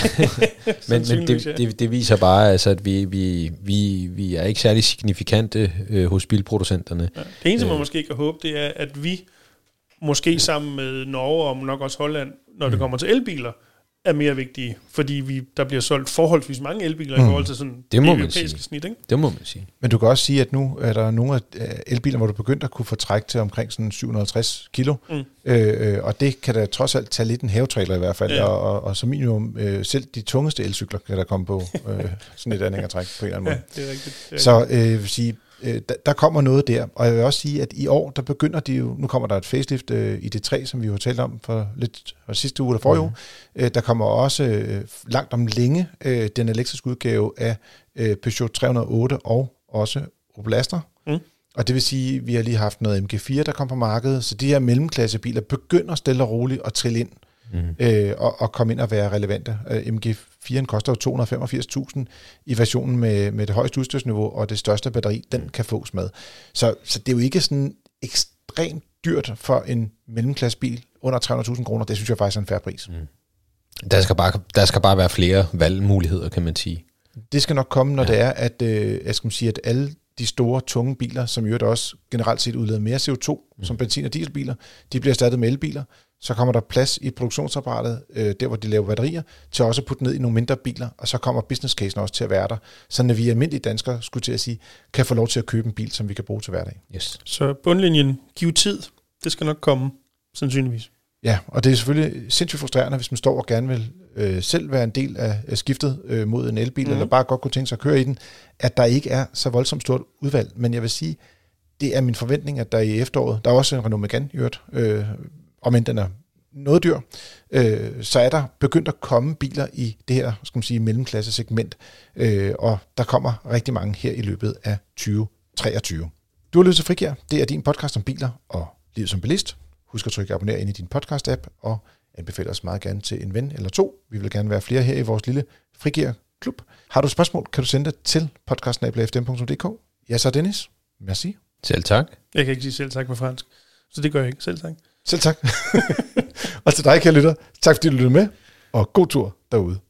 men men det, det, det viser bare, altså, at vi, vi, vi, vi er ikke særlig signifikante øh, hos bilproducenterne. Ja. Det eneste, man øh. måske kan håbe, det er, at vi måske sammen med Norge og nok også Holland, når mm. det kommer til elbiler, er mere vigtige, fordi vi, der bliver solgt forholdsvis mange elbiler mm. i forhold til sådan det, det europæiske snit, ikke? Det må man sige. Men du kan også sige, at nu er der nogle af elbiler, hvor du begynder at kunne få træk til omkring sådan syv hundrede og halvtreds kilo, mm. øh, og det kan da trods alt tage lidt en havetrailer i hvert fald, ja. og, og, og som minimum øh, selv de tungeste elcykler kan der komme på øh, sådan et anhængertræk på en eller anden måde. Ja, det er rigtigt. Det er Så øh, vil sige, Der, der kommer noget der, og jeg vil også sige, at i år, der begynder de jo, nu kommer der et facelift øh, i D tre, som vi jo har talt om for lidt for sidste uge eller forrige uge. Mm. Øh, der kommer også øh, langt om længe øh, den elektriske udgave af øh, Peugeot tre hundrede og otte og også Opel Astra. Mm. Og det vil sige, at vi har lige haft noget M G fire, der kom på markedet, så de her mellemklassebiler begynder stille og roligt at trille ind. mm. øh, og, og komme ind og være relevante. Øh, M G fire koster jo to hundrede og femogfirs tusind i versionen med, med det højeste udstyrsniveau, og det største batteri, den kan fås med. Så, så det er jo ikke sådan ekstremt dyrt for en mellemklassebil under tre hundrede tusind kroner. Det synes jeg faktisk er en fair pris. Mm. Der skal, bare, der skal bare være flere valgmuligheder, kan man sige. Det skal nok komme, når ja. det er, at, øh, jeg skal sige, at alle de store, tunge biler, som jo også generelt set udleder mere C O to, mm. som benzin- og dieselbiler, de bliver erstattet med elbiler. Så kommer der plads i produktionsapparatet, øh, der hvor de laver batterier, til også at putte ned i nogle mindre biler, og så kommer business casen også til at være der, så når vi almindelige danskere, skulle til at sige, kan få lov til at købe en bil, som vi kan bruge til hverdag. Yes. Så bundlinjen, giv tid, det skal nok komme, sandsynligvis. Ja, og det er selvfølgelig sindssygt frustrerende, hvis man står og gerne vil øh, selv være en del af skiftet øh, mod en elbil, mm. eller bare godt kunne tænke sig at køre i den, at der ikke er så voldsomt stort udvalg. Men jeg vil sige, det er min forventning, at der i efteråret, der er også en Renault Megane, hørt, øh, om end den er noget dyr, øh, så er der begyndt at komme biler i det her, skal man sige, mellemklasse segment, øh, og der kommer rigtig mange her i løbet af tyve treogtyve. Du har lyttet til Frigir. Det er din podcast om biler og livet som bilist. Husk at trykke abonner ind i din podcast-app, og anbefale os meget gerne til en ven eller to. Vi vil gerne være flere her i vores lille Frigir-klub. Har du spørgsmål, kan du sende det til podcast snabel-a f d m punktum d k. Ja, så Dennis. Merci. Selv tak. Jeg kan ikke sige selv tak på fransk, så det gør jeg ikke. Selv tak. Selv tak. Og til dig, kære lytter, tak fordi du lyttede med, og god tur derude.